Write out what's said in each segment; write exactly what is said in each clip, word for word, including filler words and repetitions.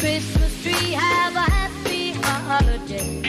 Christmas tree, have a happy holiday.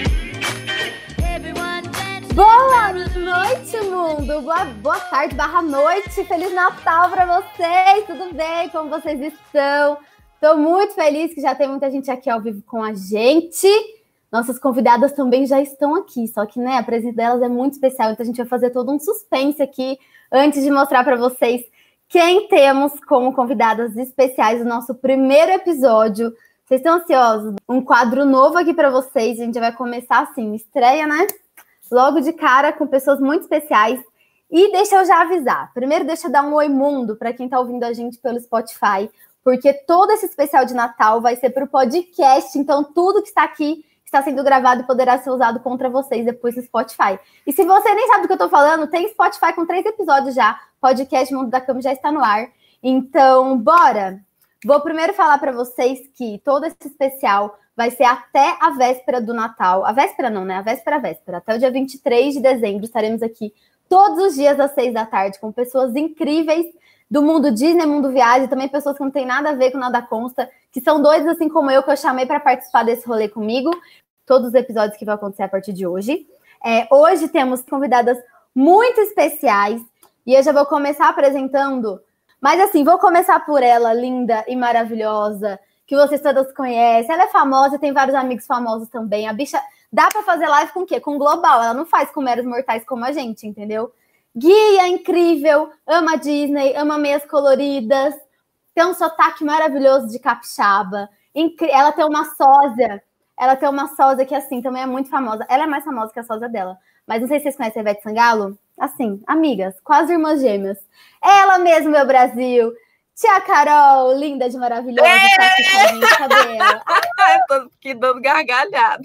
Everyone dance. Boa noite, mundo! Boa, boa tarde, barra noite! Feliz Natal para vocês! Tudo bem? Como vocês estão? Estou muito feliz que já tem muita gente aqui ao vivo com a gente. Nossas convidadas também já estão aqui, só que né, a presença delas é muito especial, então a gente vai fazer todo um suspense aqui antes de mostrar para vocês quem temos como convidadas especiais no nosso primeiro episódio. Vocês estão ansiosos? Um quadro novo aqui para vocês, a gente vai começar assim, estreia, né? Logo de cara com pessoas muito especiais. E deixa eu já avisar, primeiro deixa eu dar um oi mundo para quem está ouvindo a gente pelo Spotify, porque todo esse especial de Natal vai ser para o podcast, então tudo que está aqui está sendo gravado e poderá ser usado contra vocês depois no Spotify. E se você nem sabe do que eu estou falando, tem Spotify com três episódios já. Podcast Mundo da Cama já está no ar. Então, bora! Vou primeiro falar para vocês que todo esse especial vai ser até a véspera do Natal. A véspera não, né? A véspera, a véspera. Até o dia vinte e três de dezembro estaremos aqui todos os dias às seis da tarde com pessoas incríveis do mundo Disney, mundo viagem, também pessoas que não tem nada a ver com nada consta, que são doidos assim como eu, que eu chamei para participar desse rolê comigo. Todos os episódios que vão acontecer a partir de hoje. É, hoje temos convidadas muito especiais e eu já vou começar apresentando, mas assim, vou começar por ela, linda e maravilhosa, que vocês todas conhecem. Ela é famosa, tem vários amigos famosos também. A bicha dá para fazer live com o quê? Com global, ela não faz com meros mortais como a gente, entendeu? Guia incrível, ama Disney, ama meias coloridas, tem um sotaque maravilhoso de capixaba, ela tem uma sósia. Ela tem uma sósia que, assim, também é muito famosa. Ela é mais famosa que a sósia dela. Mas não sei se vocês conhecem a Ivete Sangalo. Assim, amigas, quase irmãs gêmeas. Ela mesmo, meu Brasil. Tia Carol, linda de maravilhosa. É! Cadê ela? Eu tô aqui dando gargalhada.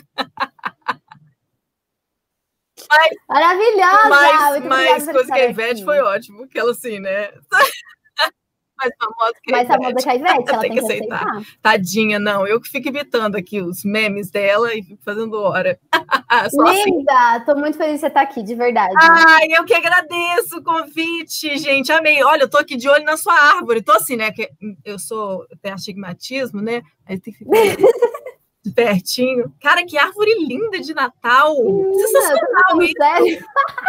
Mas, maravilhosa! Mas, mas coisa que a Ivete aqui. Foi ótimo. Que ela, assim, né... Mais famosa que a Mais Ivete. famosa que a Ivete, ela tem, tem que aceitar. aceitar. Tadinha, não. Eu que fico imitando aqui os memes dela e fico fazendo hora. Linda! Assim. Tô muito feliz de você estar aqui, de verdade. Ai, eu que agradeço o convite, gente. Amei. Olha, eu tô aqui de olho na sua árvore. Tô assim, né? Que eu sou... Eu tenho astigmatismo, né? Aí tem que ficar de pertinho. Cara, que árvore linda de Natal. Sensacional, hein? Sério?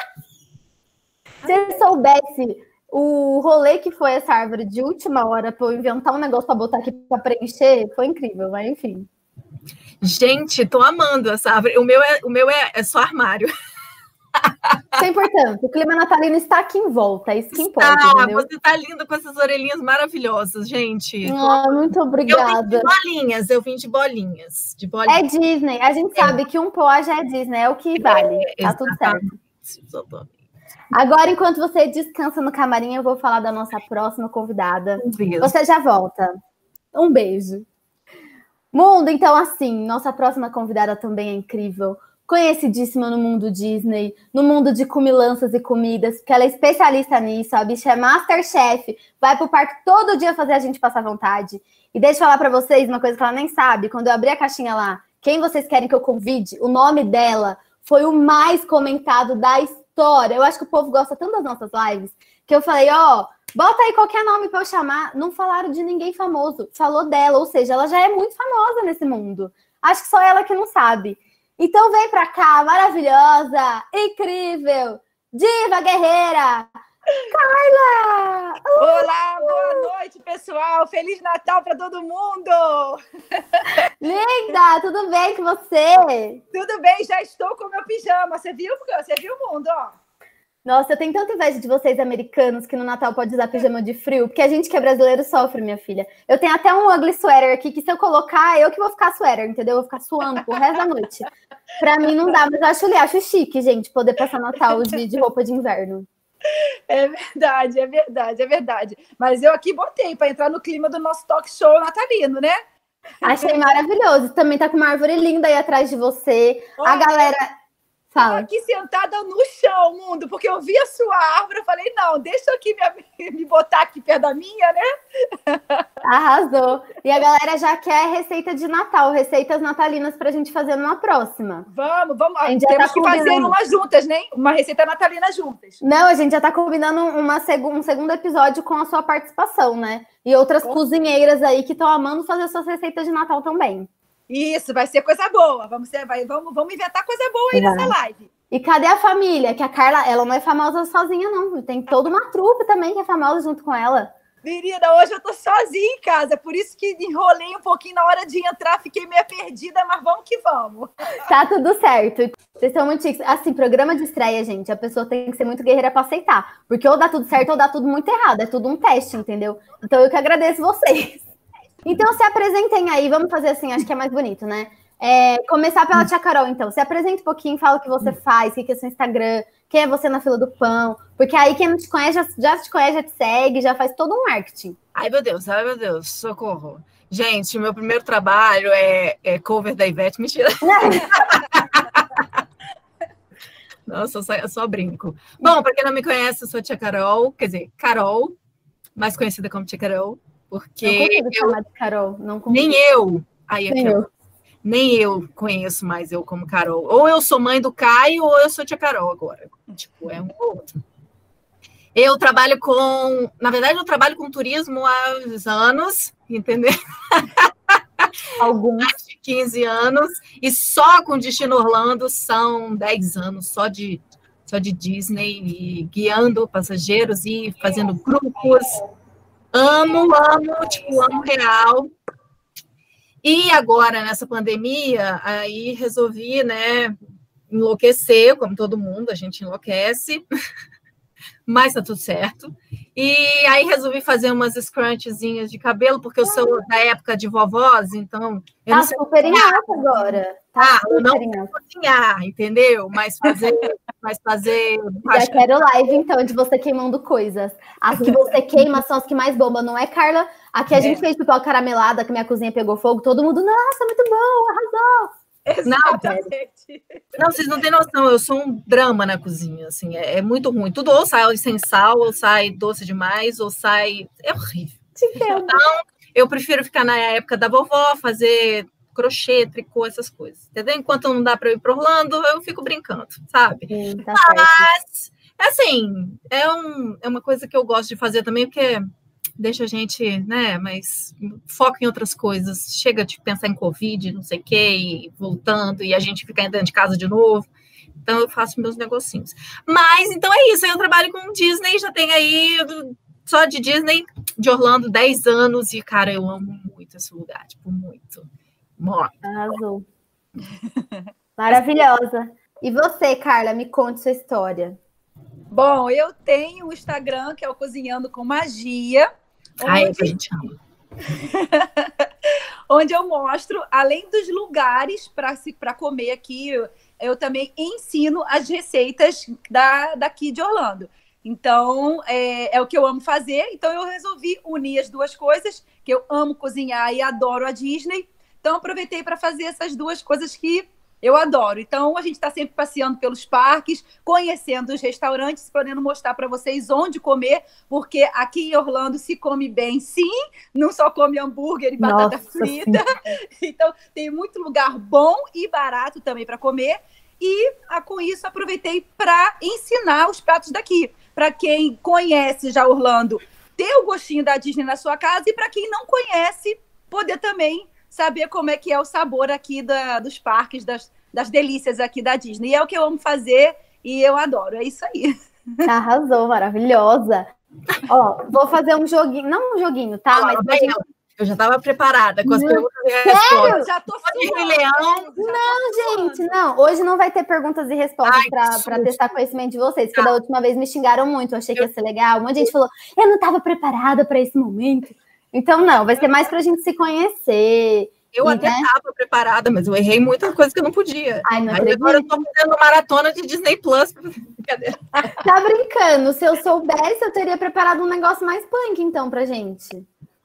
Se eu soubesse... O rolê que foi essa árvore de última hora para eu inventar um negócio para botar aqui para preencher foi incrível, mas enfim. Gente, tô amando essa árvore. O meu é, o meu é, é só armário. Isso é importante. O clima natalino está aqui em volta, é isso que importa. Ah, entendeu? Você tá linda com essas orelhinhas maravilhosas, gente. Ah, tô... muito obrigada. Eu vim de bolinhas, eu vim de bolinhas. De bolinhas. É Disney. A gente é. sabe que um pó já é Disney, é o que vale. É, tá tudo certo. Exatamente. Agora, enquanto você descansa no camarim, eu vou falar da nossa próxima convidada. Um beijo. Você já volta. Um beijo. Mundo, então, assim, nossa próxima convidada também é incrível. Conhecidíssima no mundo Disney, no mundo de comilanças e comidas, porque ela é especialista nisso. A bicha é Masterchef, vai pro parque todo dia fazer a gente passar vontade. E deixa eu falar pra vocês uma coisa que ela nem sabe. Quando eu abri a caixinha lá, quem vocês querem que eu convide? O nome dela foi o mais comentado da história. Eu acho que o povo gosta tanto das nossas lives que eu falei, ó, oh, bota aí qualquer nome para eu chamar. Não falaram de ninguém famoso, falou dela, ou seja, ela já é muito famosa nesse mundo. Acho que só ela que não sabe. Então vem pra cá, maravilhosa, incrível, diva guerreira, Carla! Uh! Olá, boa noite, pessoal. Feliz Natal para todo mundo! Linda, tudo bem com você? Tudo bem, já estou com o meu pijama. Você viu? Você viu o mundo, ó? Nossa, eu tenho tanta inveja de vocês americanos que no Natal pode usar pijama de frio, porque a gente que é brasileiro sofre, minha filha. Eu tenho até um ugly sweater aqui, que se eu colocar, eu que vou ficar sweater, entendeu? Eu vou ficar suando pro resto da noite. Pra mim não dá, mas eu acho, acho chique, gente, poder passar Natal de, de roupa de inverno. É verdade, é verdade, é verdade. Mas eu aqui botei para entrar no clima do nosso talk show natalino, né? Achei maravilhoso. Também tá com uma árvore linda aí atrás de você. Olha. A galera... Fala. aqui sentada no chão, mundo, porque eu vi a sua árvore, eu falei, não, deixa eu aqui me, me botar aqui perto da minha, né? Arrasou. E a galera já quer receita de Natal, receitas natalinas pra gente fazer numa próxima. Vamos, vamos. A gente já Temos tá que fazer combinando. uma juntas, né? Uma receita natalina juntas. Não, a gente já tá combinando uma seg- um segundo episódio com a sua participação, né? E outras Com- cozinheiras aí que estão amando fazer suas receitas de Natal também. Isso, vai ser coisa boa. Vamos, ser, vai, vamos, vamos inventar coisa boa aí Vai. nessa live. E cadê a família? Que a Carla, ela não é famosa sozinha, não. Tem toda uma trupe também que é famosa junto com ela. Menina, hoje eu tô sozinha em casa, por isso que enrolei um pouquinho na hora de entrar, fiquei meio perdida, mas vamos que vamos. Tá tudo certo. Vocês são muito chiques. Assim, programa de estreia, gente, a pessoa tem que ser muito guerreira pra aceitar. Porque ou dá tudo certo ou dá tudo muito errado. É tudo um teste, entendeu? Então eu que agradeço vocês. Então se apresentem aí, vamos fazer assim, acho que é mais bonito, né? É, começar pela tia Carol, então. Se apresenta um pouquinho, fala o que você faz, o que é seu Instagram, quem é você na fila do pão. Porque aí quem não te conhece, já, já te conhece, já te segue, já faz todo um marketing. Ai, meu Deus, ai, meu Deus, socorro. Gente, meu primeiro trabalho é, é cover da Ivete, mentira. Nossa, eu só, eu só brinco. Bom, para quem não me conhece, eu sou a tia Carol, quer dizer, Carol, mais conhecida como tia Carol, Não porque consigo eu, chamar de Carol. Não consigo. nem eu, aí Nem aquela, eu. nem eu conheço mais eu como Carol. Ou eu sou mãe do Caio, ou eu sou tia Carol agora. Tipo, é um ou outro. Eu trabalho com... Na verdade, eu trabalho com turismo há anos, entendeu? Alguns. Mais de quinze anos. E só com Destino Orlando são dez anos, só de, só de Disney, e guiando passageiros e fazendo grupos. Amo, amo, tipo, amo real. E agora, nessa pandemia, aí resolvi, né, enlouquecer, como todo mundo, a gente enlouquece, mas tá tudo certo. E aí resolvi fazer umas scrunchzinhas de cabelo, porque eu sou da época de vovós, então eu Tá não sei super em alta agora. Tá Ah, eu super não em alta. cozinhar, entendeu? Mas fazer, mas fazer Já quero live, então, de você queimando coisas. As que você queima são as que mais bombam, não é, Carla? Aqui a gente fez pipoca caramelada, que minha cozinha pegou fogo, todo mundo, nossa, muito bom, arrasou. Exatamente. Não, vocês não têm noção, eu sou um drama na cozinha, assim, é, é muito ruim. Tudo ou sai sem sal, ou sai doce demais, ou sai... É horrível. Te entendo. Eu prefiro ficar na época da vovó, fazer crochê, tricô, essas coisas, entendeu? Enquanto não dá para eu ir para Orlando, eu fico brincando, sabe? Sim, tá certo. Mas, assim, é, um, é uma coisa que eu gosto de fazer também, porque deixa a gente, né, mas foca em outras coisas. Chega de pensar em Covid, não sei o quê, e voltando, e a gente fica dentro de casa de novo. Então, eu faço meus negocinhos. Mas, então é isso. Eu trabalho com Disney, já tem aí, só de Disney, de Orlando, dez anos. E, cara, eu amo muito esse lugar, tipo, muito. Muito. Arrasou. Maravilhosa. E você, Carla, me conte sua história. Bom, eu tenho o Instagram, que é o Cozinhando com Magia. Ai, onde... a gente ama. onde eu mostro, além dos lugares para comer aqui, eu, eu também ensino as receitas da, daqui de Orlando. Então, é, é o que eu amo fazer. Então, eu resolvi unir as duas coisas, que eu amo cozinhar e adoro a Disney. Então, aproveitei para fazer essas duas coisas que eu adoro. Então, a gente está sempre passeando pelos parques, conhecendo os restaurantes, podendo mostrar para vocês onde comer, porque aqui em Orlando se come bem, sim, não só come hambúrguer e batata Nossa, frita. Então, tem muito lugar bom e barato também para comer. E, ah, com isso, aproveitei para ensinar os pratos daqui. Para quem conhece já Orlando, ter o gostinho da Disney na sua casa, e para quem não conhece, poder também saber como é que é o sabor aqui da, dos parques, das, das delícias aqui da Disney. E é o que eu amo fazer e eu adoro. É isso aí. Arrasou, maravilhosa. Ó, vou fazer um joguinho, não um joguinho, tá? Ah, Mas pra bem, gente... Eu já estava preparada com as Não. perguntas e Sério? respostas. Eu já tô De suando. Leão. Não, gente, não. Hoje não vai ter perguntas e respostas Ai, para que susto. testar conhecimento de vocês, porque Tá. da última vez me xingaram muito, eu achei que ia ser legal. Um monte de gente falou, eu não estava preparada para esse momento. Então, não, vai ser mais para a gente se conhecer. Eu E, até né? estava preparada, mas eu errei muita coisa que eu não podia. Ai, não Aí acredito. agora eu estou fazendo maratona de Disney Plus. Brincadeira. Tá brincando? Se eu soubesse, eu teria preparado um negócio mais punk, então, pra gente.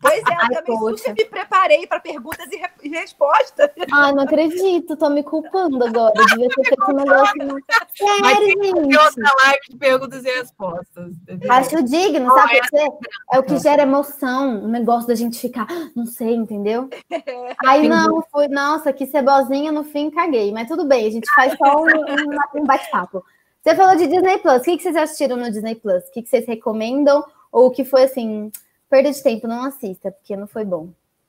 Pois é, eu Ai, também poxa. super me preparei para perguntas e, re- e respostas. Ai, não acredito, tô me culpando agora. Eu devia ter feito um negócio. Mas Sério, tem que ter gente. outra live de perguntas e respostas. Entendeu? Acho digno, sabe por quê? É o que gera emoção, o negócio da gente ficar, "Ah, não sei, entendeu? Aí não, fui, nossa, que cebozinha, no fim caguei. Mas tudo bem, a gente faz só um, um- um bate-papo. Você falou de Disney Plus, o que, que vocês assistiram no Disney Plus? O que, que vocês recomendam? Ou o que foi assim, perda de tempo, não assista, porque não foi bom.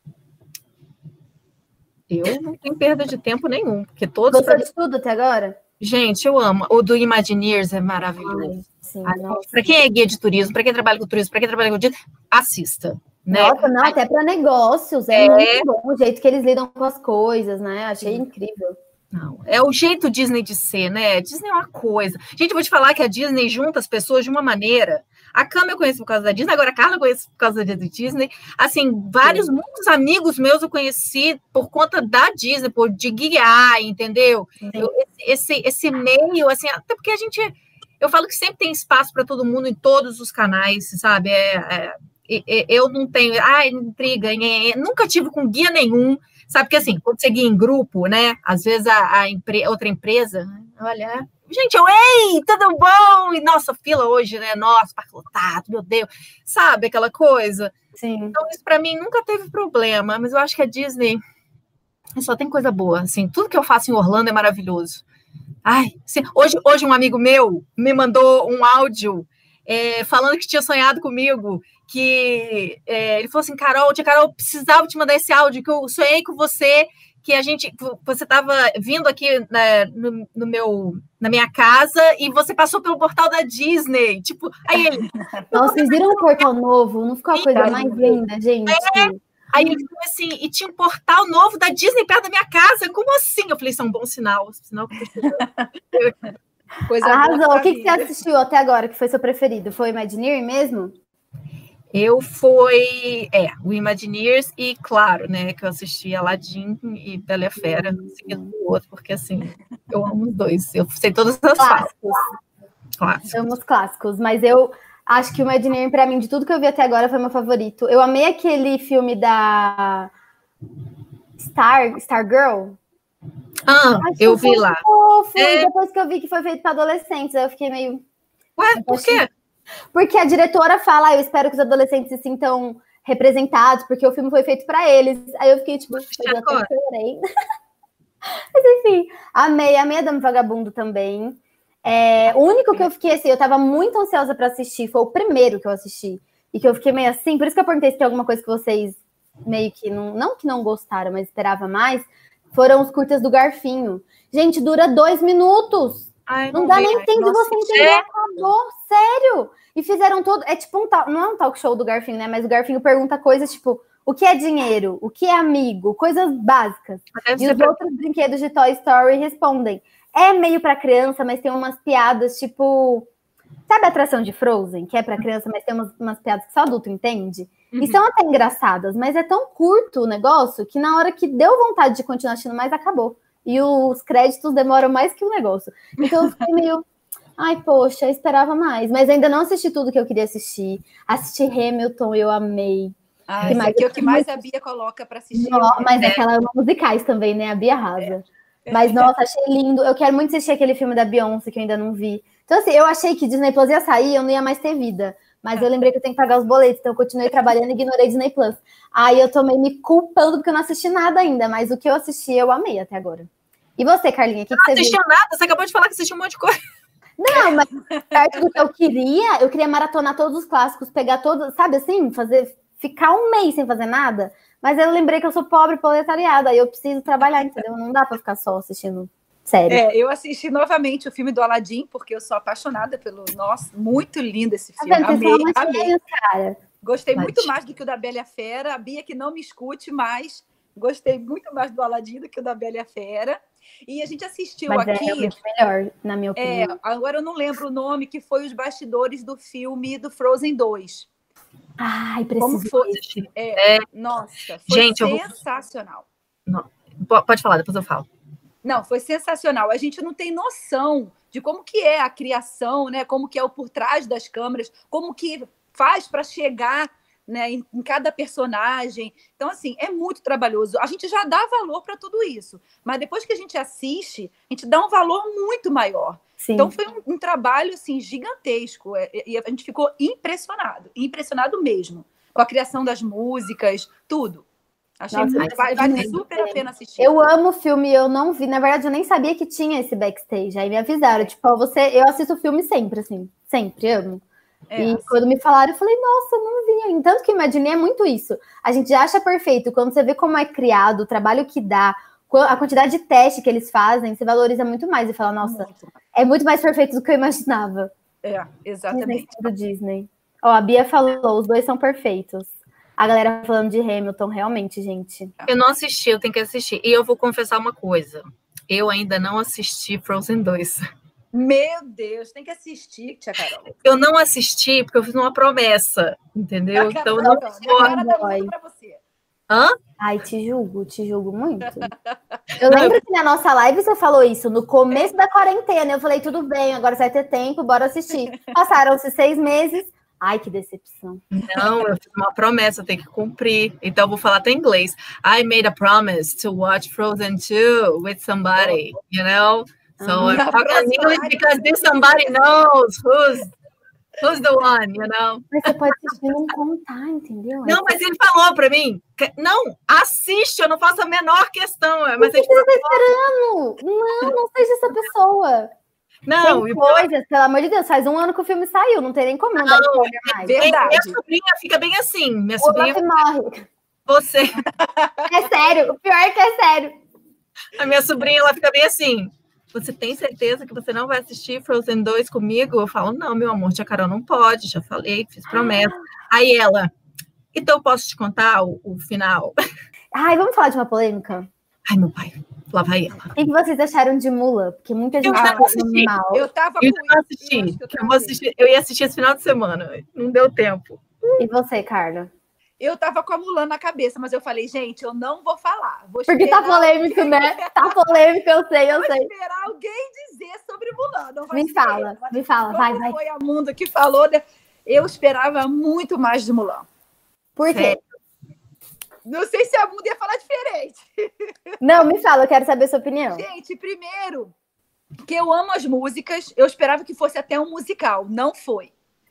Eu não tenho perda de tempo nenhum, porque todos. Gostou Pra... de tudo até agora? Gente, eu amo. O do Imagineers é maravilhoso. Ai, sim, nossa. Para quem é guia de turismo, para quem trabalha com turismo, para quem trabalha com Disney, assista. Né? Nossa, não, até para negócios, é, É. muito bom o jeito que eles lidam com as coisas, né? Achei Sim. incrível. Não, é o jeito Disney de ser, né? Disney é uma coisa. Gente, eu vou te falar que a Disney junta as pessoas de uma maneira. A Cami eu conheço por causa da Disney, agora a Carla eu conheço por causa da Disney. Assim, vários, muitos amigos meus eu conheci por conta da Disney, por de guiar, entendeu? Eu, esse, esse meio, assim, até porque a gente. Eu falo que sempre tem espaço para todo mundo em todos os canais, sabe? É, é, eu não tenho. Ah, intriga, nunca tive com guia nenhum. Sabe que assim, quando você guia em grupo, né? Às vezes a, a empre, outra empresa, olha, gente, eu, ei, tudo bom? E nossa, fila hoje, né? Nossa, parque lotado, meu Deus. Sabe aquela coisa? Sim. Então, isso para mim nunca teve problema, mas eu acho que a Disney só tem coisa boa. Assim, tudo que eu faço em Orlando é maravilhoso. Ai, assim, hoje, hoje um amigo meu me mandou um áudio é, falando que tinha sonhado comigo. Que é, ele falou assim, Carol, tia Carol, precisava te mandar esse áudio, que eu sonhei com você, que a gente, você estava vindo aqui né, no, no meu, na minha casa e você passou pelo portal da Disney, tipo, aí ele... Nossa, vocês viram um portal novo? Não ficou a coisa mais linda, gente? É. Aí ele falou assim, e tinha um portal novo da Disney perto da minha casa, como assim? Eu falei, isso é um bom sinal, sinal que Coisa Arrasou. O que, que você assistiu até agora, que foi seu preferido? Foi Imagineer mesmo? Eu fui, é, o Imagineers e, claro, né, que eu assisti Aladdin e Bela e a Fera, um seguido do outro, porque, assim, eu amo os dois, eu sei todas as falas. Clássicos. Eu amo os clássicos, mas eu acho que o Imagineer, pra mim, de tudo que eu vi até agora, foi meu favorito. Eu amei aquele filme da Star, Star Girl. Ah, Acho eu vi lá. Fofo. É. Depois que eu vi que foi feito para adolescentes, aí eu fiquei meio... Ué, por quê? Porque a diretora fala, ah, eu espero que os adolescentes se sintam representados, porque o filme foi feito para eles. Aí eu fiquei tipo, eu até chorei. Mas enfim, amei, amei a Dama Vagabundo também. É, o único que eu fiquei assim, eu tava muito ansiosa para assistir, foi o primeiro que eu assisti. E que eu fiquei meio assim, por isso que eu perguntei se tem alguma coisa que vocês meio que não, não que não gostaram, mas esperava mais, foram os curtas do Garfinho. Gente, dura dois minutos. Ai, não, não dá vi, nem tempo de você entender, é. acabou, sério. E fizeram todo, é tipo um tal, não é um talk show do Garfinho, né? Mas o Garfinho pergunta coisas tipo, o que é dinheiro? O que é amigo? Coisas básicas. Deve e os pra... outros brinquedos de Toy Story respondem. É meio para criança, mas tem umas piadas tipo, sabe a atração de Frozen, que é para criança, mas tem umas, umas piadas que só adulto entende? Uhum. E são até engraçadas, mas é tão curto o negócio que na hora que deu vontade de continuar assistindo mais, acabou. E os créditos demoram mais que o negócio. Então eu fiquei meio... Ai, poxa, eu esperava mais. Mas ainda não assisti tudo que eu queria assistir. Assisti Hamilton, eu amei. Ah, esse aqui é o que mais a Bia coloca para assistir. Não, mas é aquela musicais também, né? A Bia arrasa. É. Mas, nossa, achei lindo. Eu quero muito assistir aquele filme da Beyoncé, que eu ainda não vi. Então, assim, eu achei que Disney Plus ia sair e eu não ia mais ter vida. Mas eu lembrei que eu tenho que pagar os boletos, então eu continuei trabalhando e ignorei Disney Plus. Aí eu tô meio me culpando porque eu não assisti nada ainda, mas o que eu assisti eu amei até agora. E você, Carlinha, o que, que você viu? Não assistiu nada, você acabou de falar que assistiu um monte de coisa. Não, mas perto do que eu queria, eu queria maratonar todos os clássicos, pegar todos, sabe assim, fazer, ficar um mês sem fazer nada. Mas eu lembrei que eu sou pobre, proletariada, aí eu preciso trabalhar, entendeu? Não dá pra ficar só assistindo série. É, eu assisti novamente o filme do Aladdin, porque eu sou apaixonada pelo... Nossa, muito lindo esse filme. Tá vendo? Amei, amei. Velhos, cara. Gostei Mas... muito mais do que o da Bela e a Fera. A Bia que não me escute, mas gostei muito mais do Aladdin do que o da Bela e a Fera. E a gente assistiu mas aqui... é muito melhor, na minha opinião. É, agora eu não lembro o nome, que foi os bastidores do filme do Frozen dois. Ai, preciso. Como foi? É, é. Nossa, foi gente, sensacional. Vou... Não, pode falar, depois eu falo. Não, foi sensacional. A gente não tem noção de como que é a criação, né? Como que é o por trás das câmeras, como que faz para chegar né, em, em cada personagem. Então, assim, é muito trabalhoso. A gente já dá valor para tudo isso, mas depois que a gente assiste, a gente dá um valor muito maior. Sim. Então, foi um, um trabalho, assim, gigantesco. E a gente ficou impressionado, impressionado mesmo, com a criação das músicas, tudo. Achei Nossa, muito, vale, vale super a pena assistir. Eu amo o filme, eu não vi. Na verdade, eu nem sabia que tinha esse backstage. Aí me avisaram, tipo, ó, você, eu assisto o filme sempre, assim, sempre, amo. É, e assim. quando me falaram, eu falei, nossa, não vi ainda. Tanto que Imaginei é muito isso. A gente já acha perfeito. Quando você vê como é criado, o trabalho que dá, a quantidade de teste que eles fazem, você valoriza muito mais e fala, nossa, Muito. é muito mais perfeito do que eu imaginava. É, Disney exatamente. do Disney. Ó, a Bia falou, os dois são perfeitos. A galera falando de Hamilton, realmente, gente. Eu não assisti, eu tenho que assistir. E eu vou confessar uma coisa. Eu ainda não assisti Frozen dois. Meu Deus, tem que assistir, tia Carol. Eu não assisti porque eu fiz uma promessa, entendeu? Minha Então, cara, não não, minha cara tá Boy. muito pra você. Hã? Ai, te julgo, te julgo muito. Eu lembro que na nossa live você falou isso, no começo da quarentena. Eu falei, tudo bem, agora você vai ter tempo, bora assistir. Passaram-se seis meses. Ai, que decepção. Não, eu fiz uma promessa, eu tenho que cumprir. Então, eu vou falar até em inglês. I made a promise to watch Frozen two with somebody, you know? So Uhum. I'm talking in English because this somebody knows who's, who's the one, you know? Mas você pode assistir e não contar, entendeu? Não, mas ele falou pra mim, que- não, assiste, eu não faço a menor questão. Por Mas que a gente você tá esperando? Não, não seja essa pessoa. não, Tem e coisas, pelo amor de Deus, faz um ano que o filme saiu, não tem nem como não dar spoiler mais. Ver- Verdade. minha sobrinha fica bem assim. Minha O sobrinha, Olaf morre. você, É sério, o pior é que é sério. a minha sobrinha, ela fica bem assim. Você tem certeza que você não vai assistir Frozen dois comigo? Eu falo, não, meu amor, tia Carol, não pode, já falei, fiz promessa. Aí ela, então eu posso te contar o, o final? Ai, vamos falar de uma polêmica? Ai, meu pai, lá vai ela. O que vocês acharam de Mulan? Porque muita gente Eu tá já assisti. mal. Eu tava Eu com não isso, assisti. eu acho que eu Eu, tava vou assistir. Eu ia assistir esse final de semana, não deu tempo. E você, Carla? Eu tava com a Mulan na cabeça, mas eu falei, gente, eu não vou falar. Vou Porque tá esperar polêmico, alguém- né? Tá polêmico, eu sei, eu Vou sei. esperar alguém dizer sobre Mulan. Não vai Me ser fala, eu, mas me fala, vai, como vai. foi a Mundo que falou, né? Eu esperava muito mais de Mulan. Por quê? Sério? Não sei se a Mundo ia falar diferente. Não, me fala, eu quero saber sua opinião. Gente, primeiro, que eu amo as músicas, eu esperava que fosse até um musical, não foi.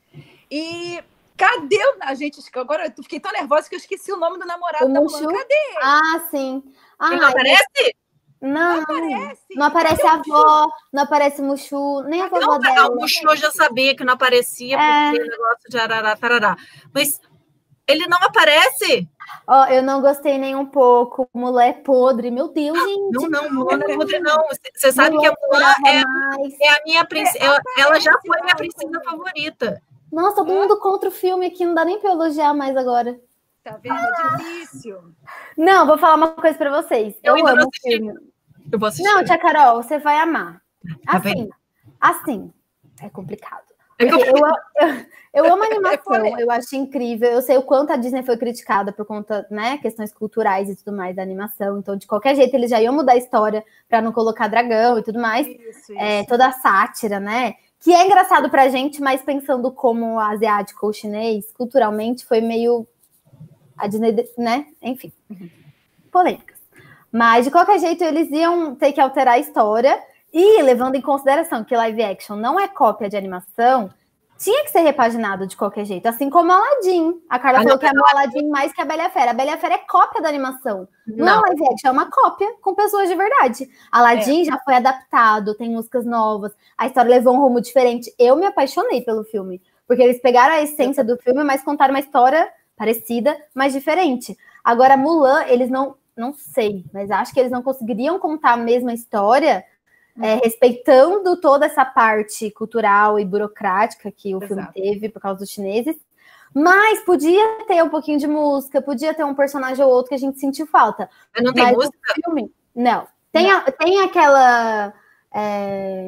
E cadê o... A gente, agora eu fiquei tão nervosa que eu esqueci o nome do namorado O da Mushu? Mulan. Cadê? Ah, sim. Ah, Ele não aparece? não, Aparece. não aparece a avó, não aparece o Mushu, nem a vovó Não, dela. o Mushu eu já sabia que não aparecia, É. porque o negócio de arará, tarará. Mas ele não aparece? Ó, eu não gostei nem um pouco. Mulan é podre, meu Deus, gente. Não, não, Mulan não é podre, não. Você sabe que a Mulan Mulan é, mais. é a minha princesa. É, ela, ela já aparece foi minha lá, princesa então. favorita. Nossa, todo mundo contra o filme aqui, não dá nem pra elogiar mais agora. Tá vendo? É difícil. Não, vou falar uma coisa pra vocês. Eu Eu, ainda amo não o assisti. filme. Eu vou assistir. Não, tia Carol, você vai amar. Tá Assim, bem. assim, é complicado. É Porque eu, complicado. eu, eu amo a animação, polêmico. eu acho incrível. Eu sei o quanto a Disney foi criticada por conta, né, questões culturais e tudo mais da animação. Então, de qualquer jeito, eles já iam mudar a história pra não colocar dragão e tudo mais. Isso, isso. É, toda a sátira, né? Que é engraçado pra gente, mas pensando como asiático ou chinês, culturalmente foi meio a Disney, né? Enfim, polêmicas. Mas, de qualquer jeito, eles iam ter que alterar a história e, levando em consideração que live action não é cópia de animação, tinha que ser repaginado de qualquer jeito. Assim como Aladdin. A Carla Ah, falou não, que amou Aladdin mais que a Bela e a Fera. A Bela e a Fera é cópia da animação. Não, é Não. live action, é uma cópia com pessoas de verdade. Aladdin já foi adaptado, tem músicas novas, a história levou um rumo diferente. Eu me apaixonei pelo filme, porque eles pegaram a essência do filme, mas contaram uma história parecida, mas diferente. Agora, Mulan, eles não, não sei, mas acho que eles não conseguiriam contar a mesma história, é, respeitando toda essa parte cultural e burocrática que o filme Exato. teve por causa dos chineses. Mas podia ter um pouquinho de música, podia ter um personagem ou outro que a gente sentiu falta. Mas não tem Mas música? o filme, não. Tem, a- tem aquela... é,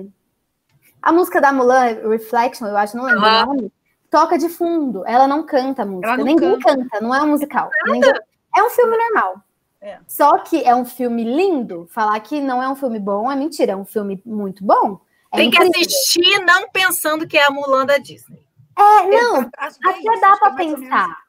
a música da Mulan, Reflection, eu acho, não lembro Aham. o nome, toca de fundo. Ela não canta a música. Ela não Ninguém canta. canta, não é um musical. Ninguém- É um filme normal. É. Só que é um filme lindo. Falar que não é um filme bom é mentira. É um filme muito bom. É Tem que incrível. assistir não pensando que é a Mulan da Disney. É, não, Exato, acho que é até isso, dá acho que pra é mais ou menos pensar.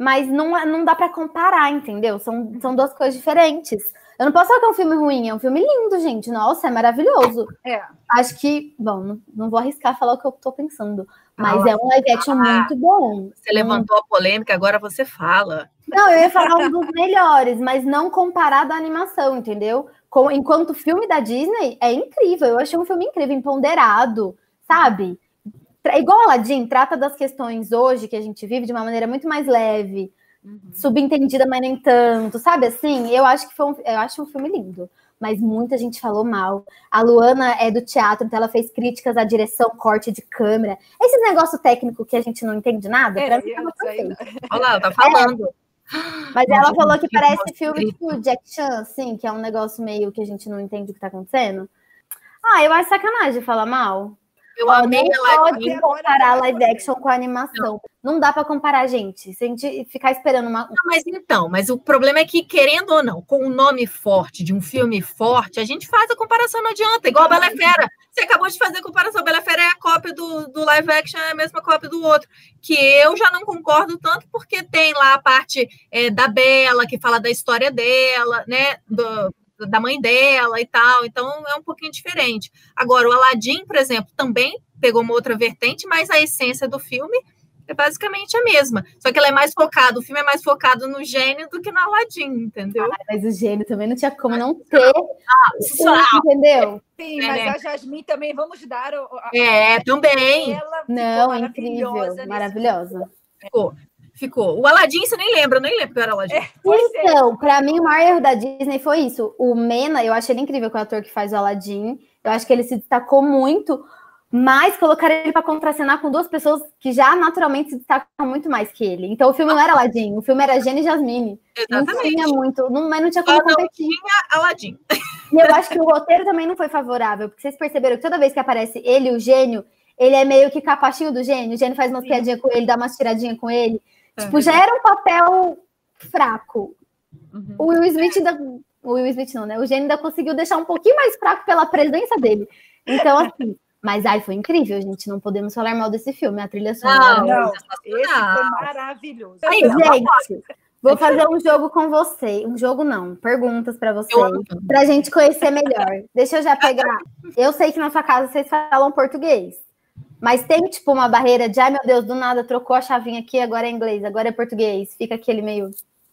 mas não, é- não dá pra comparar, entendeu? São, são duas coisas diferentes. Eu não posso falar que é um filme ruim, é um filme lindo, gente. Nossa, é maravilhoso. É. Acho que, bom, não, não vou arriscar falar o que eu tô pensando, mas Ah, é um live action muito bom. Você levantou a polêmica, agora você fala. Não, eu ia falar um dos melhores, mas não comparado à animação, entendeu? Com, enquanto o filme da Disney é incrível, eu achei um filme incrível, empoderado, sabe? Tra- Igual Aladdin, trata das questões hoje que a gente vive de uma maneira muito mais leve, subentendida, mas nem tanto, sabe assim? Eu acho que foi um, eu acho um filme lindo, mas muita gente falou mal. A Luana é do teatro, então ela fez críticas à direção, corte de câmera. Esse negócio técnico que a gente não entende nada, É, pra mim eu tava isso aí perfeito. Olha lá, tá falando. Mas Não, ela gente, falou que que parece gosto filme de- tipo Jack Chan, assim, que é um negócio meio que a gente não entende o que tá acontecendo. Ah, eu acho sacanagem falar mal. Eu Ó, amei não ela. pode Até agora comparar tá live mais action com animação. Não dá pra comparar, gente. Se a gente ficar esperando uma. Não, mas então, mas o problema é que, querendo ou não, com um nome forte, de um filme forte, a gente faz a comparação, não adianta. Igual a Bela e Fera. Você acabou de fazer a comparação. A Bela e Fera é a cópia do, do live action, é a mesma cópia do outro. Que eu já não concordo tanto, porque tem lá a parte é, da Bela, que fala da história dela, né? Do, da mãe dela e tal. Então, é um pouquinho diferente. Agora, o Aladdin, por exemplo, também pegou uma outra vertente, mas a essência do filme é basicamente a mesma. Só que ela é mais focada, o filme é mais focado no gênio do que no Aladdin, entendeu? Mas o gênio também não tinha como não ter. Só- Entendeu? Sim, É, mas né? a Jasmine também, vamos dar o, a, É, também. ela ficou Não, maravilhosa incrível. nesse Maravilhosa. Ficou. Ficou. O Aladdin, você nem lembra, eu nem lembro que eu era Aladdin. É, pois é. Então, pra mim, o maior erro da Disney foi isso. O Mena, eu achei ele incrível, que é o ator que faz o Aladdin. Eu acho que ele se destacou muito, mas colocaram ele pra contracenar com duas pessoas que já naturalmente se destacam muito mais que ele. Então, o filme não era Aladdin, o filme era Gênio e Jasmine. Não Exatamente. tinha muito, não, mas não tinha Só como não competir. Aladdin. E eu acho que o roteiro também não foi favorável, porque vocês perceberam que toda vez que aparece ele, o gênio, ele é meio que capachinho do gênio. O gênio faz umas Sim. piadinhas com ele, dá umas tiradinhas com ele. É. Tipo, já era um papel fraco. Uhum. O Will Smith ainda. O Will Smith não, né? O gênio ainda conseguiu deixar um pouquinho mais fraco pela presença dele. Então, assim. Mas ai, foi incrível, gente. Não podemos falar mal desse filme. A trilha sonora. Não, Não, sensacional. esse foi maravilhoso. Aí, Gente, vou fazer um jogo com você. Um jogo não, perguntas pra vocês. Eu amo. Pra gente conhecer melhor. Deixa eu já pegar. Eu sei que na sua casa vocês falam português. Mas tem, tipo, uma barreira de, ai meu Deus, do nada trocou a chavinha aqui, agora é inglês, agora é português. Fica aquele meio.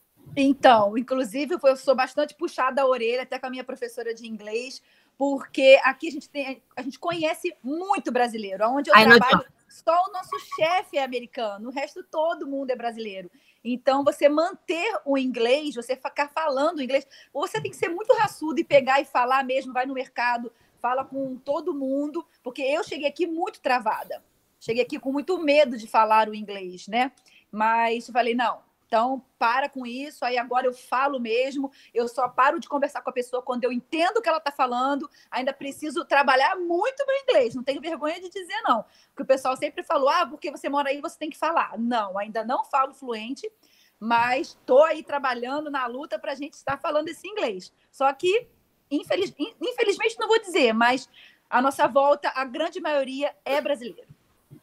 Então, inclusive, eu sou bastante puxada a orelha, até com a minha professora de inglês, porque aqui a gente tem, a gente conhece muito brasileiro. Onde eu Ai, não trabalho, só o nosso chefe é americano, o resto todo mundo é brasileiro. Então, você manter o inglês, você ficar falando inglês, você tem que ser muito raçudo e pegar e falar mesmo, vai no mercado, fala com todo mundo, porque eu cheguei aqui muito travada. Cheguei aqui com muito medo de falar o inglês, né? Mas eu falei, não, então para com isso, aí agora eu falo mesmo, eu só paro de conversar com a pessoa quando eu entendo o que ela está falando, ainda preciso trabalhar muito meu inglês, não tenho vergonha de dizer não, porque o pessoal sempre falou, ah, porque você mora aí, você tem que falar. Não, ainda não falo fluente, mas estou aí trabalhando na luta para a gente estar falando esse inglês. Só que, infeliz, infelizmente, não vou dizer, mas a nossa volta, a grande maioria é brasileiro.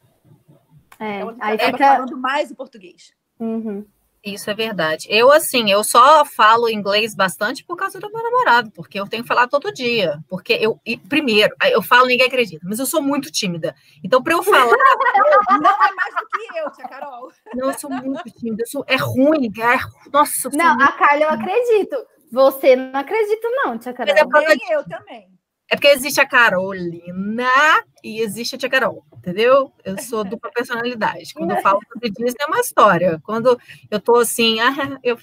É, Então, a gente aí acaba fica. falando mais o português. Uhum. Isso é verdade. Eu, assim, eu só falo inglês bastante por causa do meu namorado, porque eu tenho que falar todo dia. Porque eu, e, primeiro, eu falo, ninguém acredita, mas eu sou muito tímida. Então, para eu falar. Não é mais do que eu, tia Carol. Não, eu sou muito tímida. Eu sou, é ruim, é, nossa. Eu sou Não, muito, a Carla eu acredito. Você não acredita, não, tia Carol. Mas é por causa Nem eu também. é porque existe a Carolina e existe a tia Carol, entendeu? Eu sou dupla personalidade. Quando eu falo sobre Disney é uma história. Quando eu tô assim, ah, eu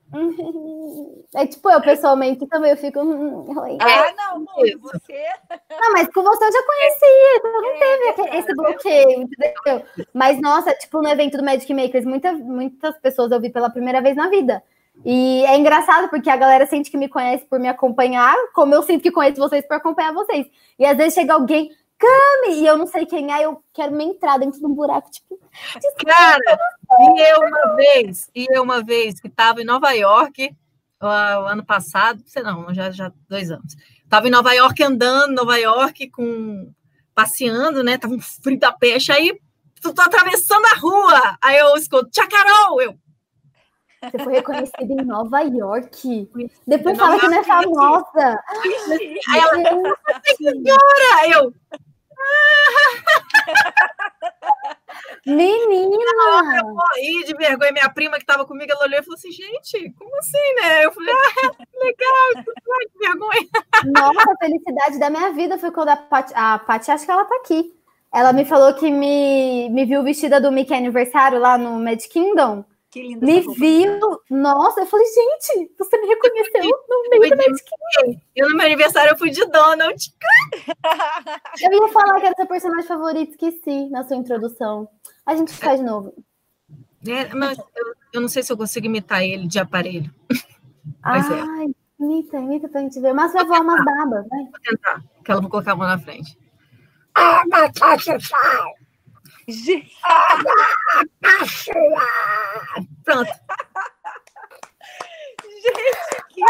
É tipo, eu pessoalmente também eu fico. hum, oi. Ah, não, amor, isso. você... Não, mas com você eu já conhecia, então não É teve verdade, esse bloqueio, entendeu? Mas, nossa, tipo, no evento do Magic Makers, muita, muitas pessoas eu vi pela primeira vez na vida. E é engraçado, porque a galera sente que me conhece por me acompanhar, como eu sinto que conheço vocês por acompanhar vocês. E às vezes chega alguém, Cami, e eu não sei quem é, eu quero me entrar dentro de um buraco, tipo... Cara, e eu uma vez, e eu uma vez que estava em Nova York, o ano passado, sei não, já já dois anos. Estava em Nova York andando, Nova York com passeando, né? Tava um frio da peste, aí tu tá atravessando a rua, aí eu escuto, tia Carol, eu Você foi reconhecida em Nova York. Depois Nova fala que não é famosa. Aí ela, senhora, eu, Menina! morri de vergonha. Minha prima que estava comigo, ela olhou e falou assim, gente, como assim, né? Eu falei, ah, legal, que vergonha. Nossa, a felicidade da minha vida foi quando a Paty, a Paty, acho que ela tá aqui. Ela me falou que me, me viu vestida do Mickey Aniversário lá no Mad Kingdom. Que linda Me essa roupa. viu, nossa, eu falei, gente, você me reconheceu no meio do Mad Kingdom. Eu, no meu aniversário, eu fui de Donald. Eu ia falar que era seu personagem favorito, esqueci na sua introdução. A gente faz de novo. É, mas eu, eu não sei se eu consigo imitar ele de aparelho. Mas é. Ai, imita, imita pra gente ver. Mas vai voar umas babas, vai. Vou tentar, que ela vou colocar a mão na frente. Gente, Pronto. gente, que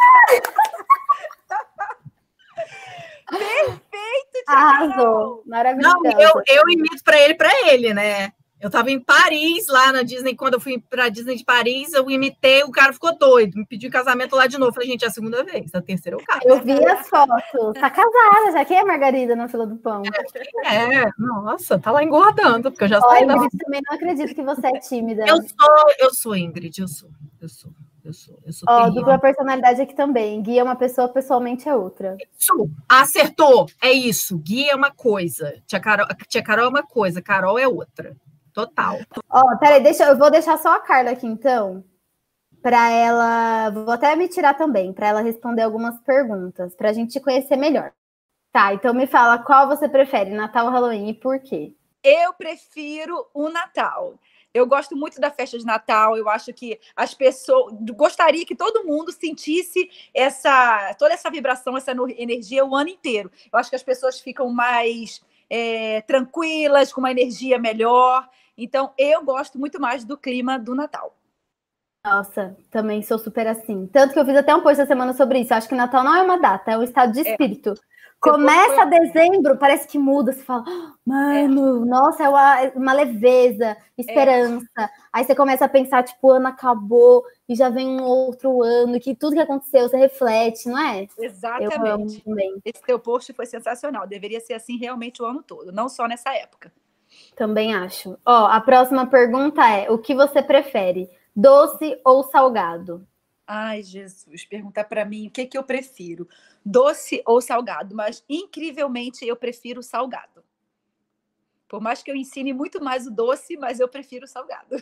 perfeito, Tia Arrasou, Carol. maravilhoso. Não, eu, eu imito para ele, para ele, né? Eu tava em Paris, lá na Disney, quando eu fui pra Disney de Paris, eu imitei, o cara ficou doido, me pediu em casamento lá de novo. Falei, gente, é a segunda vez, a terceira eu caso. Eu vi as fotos. Tá casada, já. Quem é a Margarida na fila do pão? É, nossa, tá lá engordando, porque eu já Ó, saí da... Ingrid, também não acredito que você é tímida. Eu sou, eu sou, Ingrid, eu sou, eu sou, eu sou, eu sou Ó, terrível. dupla personalidade aqui também. Gui é uma pessoa, pessoalmente é outra. Isso, acertou, é isso. Gui é uma coisa, tia Carol, tia Carol é uma coisa, Carol é outra. Total. Ó, peraí, deixa, eu vou deixar só a Carla aqui, então, para ela... Vou até me tirar também, para ela responder algumas perguntas, para a gente te conhecer melhor. Tá, então me fala, qual você prefere, Natal ou Halloween, e por quê? Eu prefiro o Natal. Eu gosto muito da festa de Natal. Eu acho que as pessoas... Gostaria que todo mundo sentisse essa, toda essa vibração, essa energia o ano inteiro. Eu acho que as pessoas ficam mais é, tranquilas, com uma energia melhor. Então, eu gosto muito mais do clima do Natal. Nossa, também sou super assim. Tanto que eu fiz até um post essa semana sobre isso. Eu acho que Natal não é uma data, é um estado de espírito. Começa dezembro, parece que muda. Você fala, mano, é. nossa, é uma, uma leveza, esperança. É. Aí você começa a pensar, tipo, o ano acabou e já vem um outro ano, que tudo que aconteceu você reflete, não é? Exatamente. Eu amo também. Esse teu post foi sensacional. Deveria ser assim realmente o ano todo, não só nessa época. Também acho. Ó, a próxima pergunta é: o que você prefere? Doce ou salgado? Ai, Jesus, perguntar para mim o que, que eu prefiro, doce ou salgado, mas incrivelmente eu prefiro salgado. Por mais que eu ensine muito mais o doce, mas eu prefiro o salgado.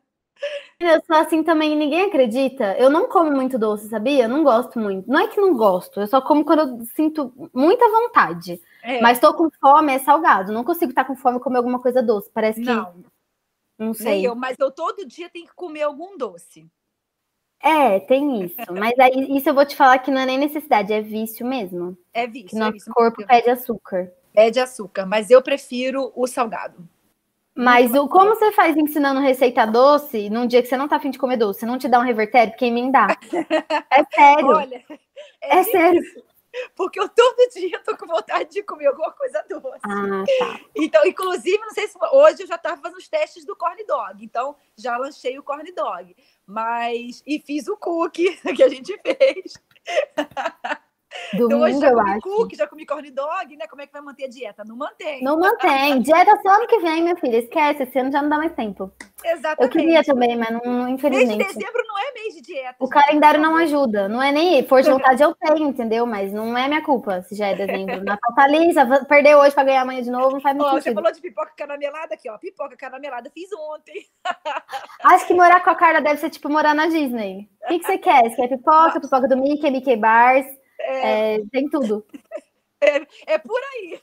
Eu sou assim também, ninguém acredita. Eu não como muito doce, sabia? Eu não gosto muito. Não é que não gosto, eu só como quando eu sinto muita vontade. É. Mas tô com fome, é salgado. Não consigo estar com fome e comer alguma coisa doce. Parece que... Não. Não sei. Nem eu, mas eu todo dia tenho que comer algum doce. É, tem isso. Mas aí, isso eu vou te falar que não é nem necessidade, é vício mesmo. É vício. Que nosso é vício. corpo pede açúcar. Pede açúcar, mas eu prefiro o salgado. Mas o, como você faz ensinando receita doce num dia que você não tá afim de comer doce? Não te dá um revertério? Porque emendar. É sério. Olha, é, é sério. Porque eu todo dia tô com vontade de comer alguma coisa doce. Ah, tá. Então, inclusive, não sei se hoje eu já estava fazendo os testes do corn dog. Então, já lanchei o corn dog. Mas... E fiz o cookie que a gente fez. Domingo, então, hoje já eu comi acho. cookie, já comi corn dog, né? Como é que vai manter a dieta? Não mantém. Não mantém. Dieta só ano que vem, minha filha. Esquece, esse ano já não dá mais tempo. Exatamente. Eu queria também, mas não, infelizmente. Mês de dezembro não é mês de dieta. O calendário não ajuda. Não é nem força de vontade eu tenho, entendeu? Mas não é minha culpa se já é dezembro. Natal tá ali, perdeu hoje pra ganhar amanhã de novo, não faz muito ó, sentido. Você falou de pipoca caramelada aqui, ó. Pipoca caramelada fiz ontem. Acho que morar com a Carla deve ser tipo morar na Disney. O que, que você quer? Você quer pipoca, pipoca do Mickey, Mickey Bars, é... É, tem tudo. É, é por aí.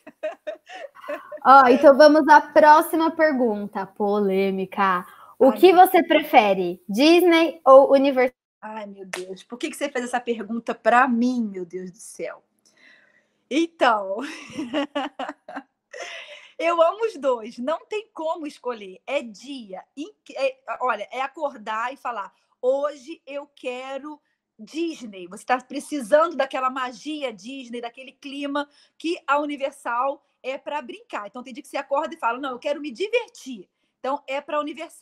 Ó, então vamos à próxima pergunta, polêmica. O Ai, que você prefere, Disney ou Universal? Ai, meu Deus, por que, que você fez essa pergunta para mim, meu Deus do céu? Então, eu amo os dois, não tem como escolher. É dia, é, olha, é acordar e falar, hoje eu quero Disney. Você está precisando daquela magia Disney, daquele clima que a Universal é para brincar. Então tem dia que você acorda e fala, não, eu quero me divertir. Então é para a Universal.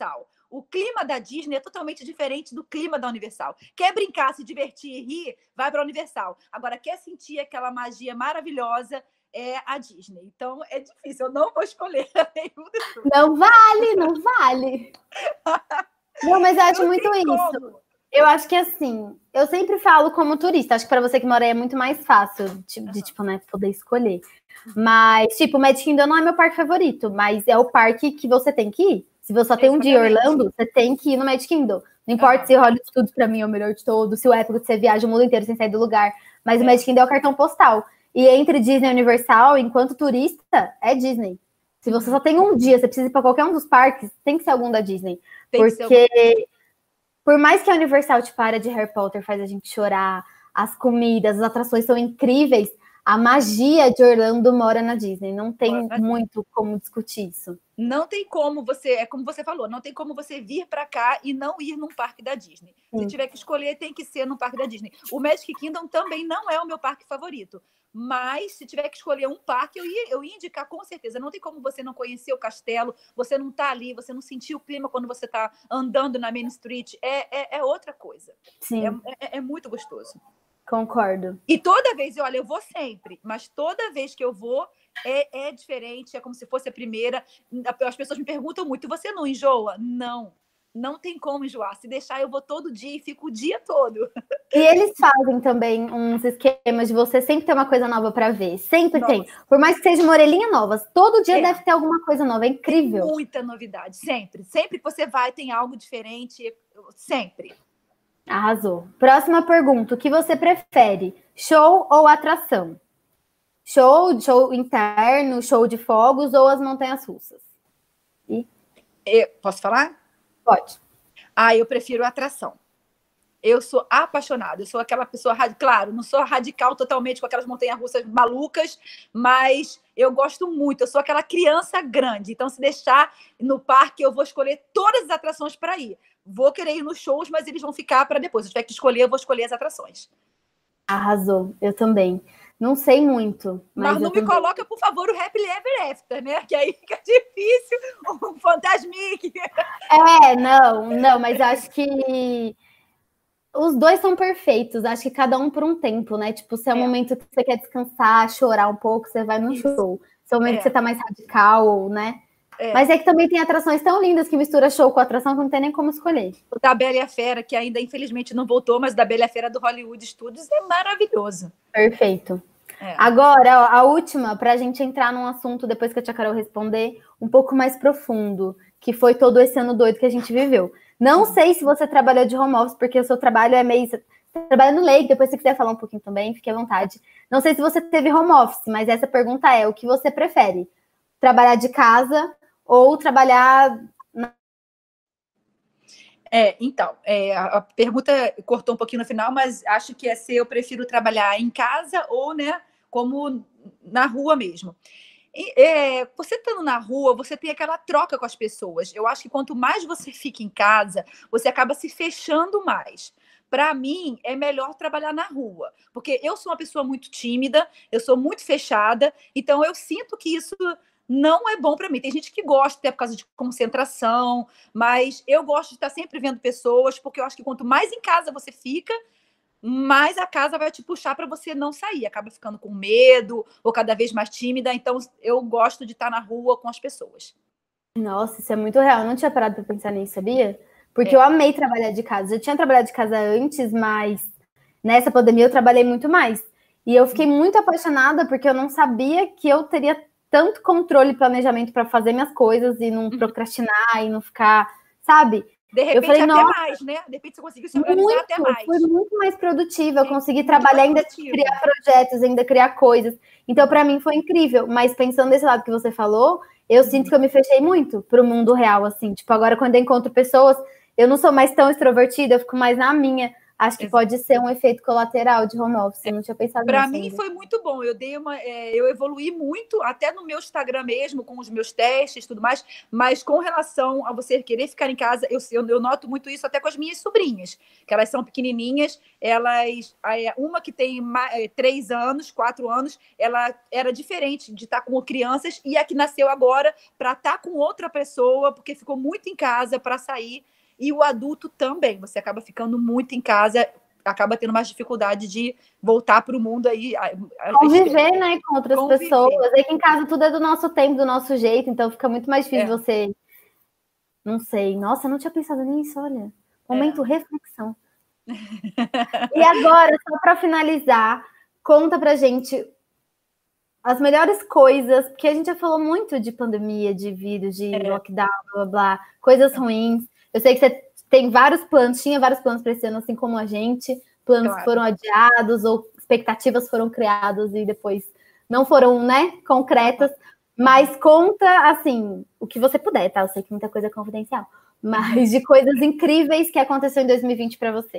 O clima da Disney é totalmente diferente do clima da Universal. Quer brincar, se divertir e rir, vai para a Universal. Agora, quer sentir aquela magia maravilhosa, é a Disney. Então, é difícil. Eu não vou escolher nenhum dos dois. Não vale, não vale. Não, mas eu acho Não muito tem isso. como. Eu acho que assim, eu sempre falo como turista. Acho que para você que mora aí é muito mais fácil de, de tipo, né, poder escolher. Mas, tipo, o Magic Kingdom não é meu parque favorito, mas é o parque que você tem que ir. Se você só tem um dia em Exatamente. Orlando, você tem que ir no Magic Kingdom. Não importa Aham. se Hollywood Studios pra mim é o melhor de todos, se o Epic você viaja o mundo inteiro sem sair do lugar. Mas É. o Magic Kingdom é o cartão postal. E entre Disney e Universal, enquanto turista, é Disney. Se você só tem um dia, você precisa ir pra qualquer um dos parques, tem que ser algum da Disney. Tem que ser Porque por mais que a Universal, tipo, a área de Harry Potter faz a gente chorar, as comidas, as atrações são incríveis, a magia de Orlando mora na Disney. Não tem Mora na Disney. muito como discutir isso. Não tem como você, é como você falou, não tem como você vir para cá e não ir num parque da Disney. Se Sim. tiver que escolher, tem que ser num parque da Disney. O Magic Kingdom também não é o meu parque favorito. Mas, se tiver que escolher um parque, eu ia, eu ia indicar com certeza. Não tem como você não conhecer o castelo, você não tá ali, você não sentir o clima quando você tá andando na Main Street. É, é, é outra coisa. Sim, É, é, é muito gostoso. concordo. E toda vez, olha, eu vou sempre, mas toda vez que eu vou, é, é diferente, é como se fosse a primeira. As pessoas me perguntam muito, você não enjoa? Não, não tem como enjoar. Se deixar, eu vou todo dia e fico o dia todo. E eles fazem também uns esquemas de você sempre ter uma coisa nova para ver. Sempre Nossa. tem. Por mais que seja uma orelhinha nova, todo dia É. deve ter alguma coisa nova. É incrível. Tem muita novidade, sempre. Sempre que você vai, tem algo diferente, sempre. Arrasou. Próxima pergunta. O que você prefere? Show ou atração? Show, show interno, show de fogos ou as montanhas russas? Eu, posso falar? Pode. Ah, eu prefiro a atração. Eu sou apaixonada, eu sou aquela pessoa, radi- claro, não sou radical totalmente com aquelas montanhas-russas malucas, mas eu gosto muito, eu sou aquela criança grande, então se deixar no parque, eu vou escolher todas as atrações para ir. Vou querer ir nos shows, mas eles vão ficar para depois. Se eu tiver que escolher, eu vou escolher as atrações. Arrasou. Eu também. Não sei muito, mas, Mas, não eu me também. coloca, por favor, o Happily Ever After, né? Que aí fica difícil, o Fantasmic. É, não, não, mas acho que os dois são perfeitos. Acho que cada um por um tempo, né? Tipo, se é um É. momento que você quer descansar, chorar um pouco, você vai no Isso. show. Se é um momento É. que você tá mais radical, né? É. Mas é que também tem atrações tão lindas que mistura show com atração que não tem nem como escolher. O da Bela e a Fera, que ainda infelizmente não voltou, mas o da Bela e a Fera do Hollywood Studios é maravilhoso. Perfeito. É. Agora, ó, a última, para a gente entrar num assunto, depois que a Tia Carol responder, um pouco mais profundo, que foi todo esse ano doido que a gente viveu. Não sei se você trabalhou de home office, porque o seu trabalho é meio... Você trabalha no Lake, depois se quiser falar um pouquinho também, fique à vontade. Não sei se você teve home office, mas essa pergunta é, o que você prefere? Trabalhar de casa ou trabalhar... É, então, é, a, a pergunta cortou um pouquinho no final, mas acho que é se eu prefiro trabalhar em casa ou, né, como na rua mesmo. E, é, você estando na rua, você tem aquela troca com as pessoas. Eu acho que quanto mais você fica em casa, você acaba se fechando mais. Para mim, é melhor trabalhar na rua, porque eu sou uma pessoa muito tímida, eu sou muito fechada, então eu sinto que isso não é bom para mim. Tem gente que gosta, até por causa de concentração, mas eu gosto de estar sempre vendo pessoas, porque eu acho que quanto mais em casa você fica, mais a casa vai te puxar para você não sair. Acaba ficando com medo ou cada vez mais tímida. Então, eu gosto de estar na rua com as pessoas. Nossa, isso é muito real. Eu não tinha parado para pensar nisso, sabia? Porque É. eu amei trabalhar de casa. Eu tinha trabalhado de casa antes, mas nessa pandemia eu trabalhei muito mais. E eu fiquei muito apaixonada porque eu não sabia que eu teria tanto controle e planejamento para fazer minhas coisas e não procrastinar e não ficar, sabe? De repente, falei, até nossa, mais, né? De repente, você conseguiu se organizar Muito, até mais. foi muito mais produtiva. Eu Sim, consegui muito trabalhar, mais ainda produtiva. criar projetos, ainda criar coisas. Então, para mim, foi incrível. Mas pensando desse lado que você falou, eu Uhum. sinto que eu me fechei muito pro mundo real, assim. Tipo, agora quando eu encontro pessoas, eu não sou mais tão extrovertida, eu fico mais na minha. acho que Exato. pode ser um efeito colateral de home office. Eu não tinha pensado Para nisso mim ainda. foi muito bom. Eu dei uma, é, eu evoluí muito, até no meu Instagram mesmo, com os meus testes e tudo mais. Mas com relação a você querer ficar em casa, eu, eu, eu noto muito isso até com as minhas sobrinhas, que elas são pequenininhas. Elas, uma que tem mais, três anos, quatro anos, ela era diferente de estar com crianças, e a que nasceu agora para estar com outra pessoa, porque ficou muito em casa para sair. E o adulto também, você acaba ficando muito em casa, acaba tendo mais dificuldade de voltar para o mundo aí. Conviver, né, com outras Conviver. pessoas. É que em casa tudo é do nosso tempo, do nosso jeito, então fica muito mais difícil É. você... Não sei. Nossa, eu não tinha pensado nisso, olha. Momento É. reflexão. E agora, só para finalizar, conta pra gente as melhores coisas, porque a gente já falou muito de pandemia, de vírus, de É. lockdown, blá, blá, blá, coisas ruins. Eu sei que você tem vários planos, tinha vários planos para esse ano, assim como a gente, planos Claro. que foram adiados ou expectativas foram criadas e depois não foram, né, concretas. Mas conta, assim, o que você puder, tá? Eu sei que muita coisa é confidencial, mas de coisas incríveis que aconteceu em dois mil e vinte para você.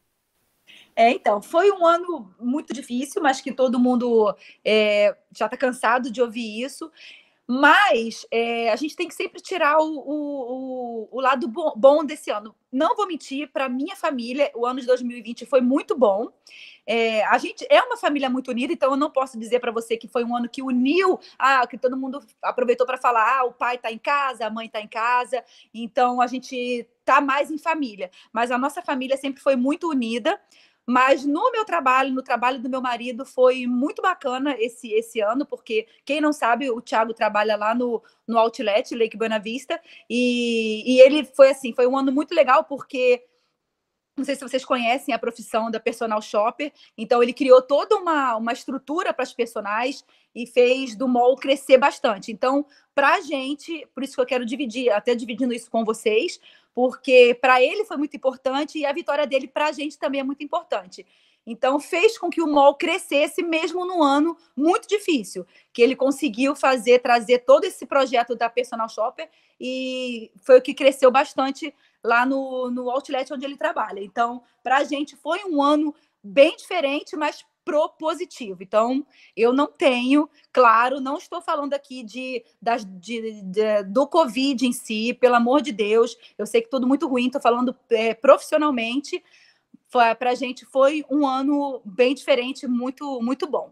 É, então, foi um ano muito difícil, mas que todo mundo é, já está cansado de ouvir isso. Mas é, a gente tem que sempre tirar o, o, o lado bom, bom desse ano. Não vou mentir, para minha família, o ano de dois mil e vinte foi muito bom. É, a gente é uma família muito unida, então eu não posso dizer para você que foi um ano que uniu, ah, que todo mundo aproveitou para falar, ah, o pai está em casa, a mãe está em casa, então a gente está mais em família. Mas a nossa família sempre foi muito unida. Mas no meu trabalho, no trabalho do meu marido, foi muito bacana esse, esse ano, porque quem não sabe, o Thiago trabalha lá no, no Outlet, Lake Buena Vista, e, e ele foi assim, foi um ano muito legal, porque não sei se vocês conhecem a profissão da personal shopper, então ele criou toda uma, uma estrutura para as personagens e fez do mall crescer bastante. Então, para a gente, por isso que eu quero dividir, até dividindo isso com vocês, porque para ele foi muito importante e a vitória dele para a gente também é muito importante. Então, fez com que o mall crescesse mesmo num ano muito difícil, que ele conseguiu fazer, trazer todo esse projeto da personal shopper e foi o que cresceu bastante lá no, no outlet onde ele trabalha. Então, para a gente foi um ano bem diferente, mas propositivo. Então, eu não tenho, claro, não estou falando aqui de, das, de, de, do Covid em si, pelo amor de Deus, eu sei que tudo muito ruim, estou falando é, profissionalmente, para a gente foi um ano bem diferente, muito, muito bom,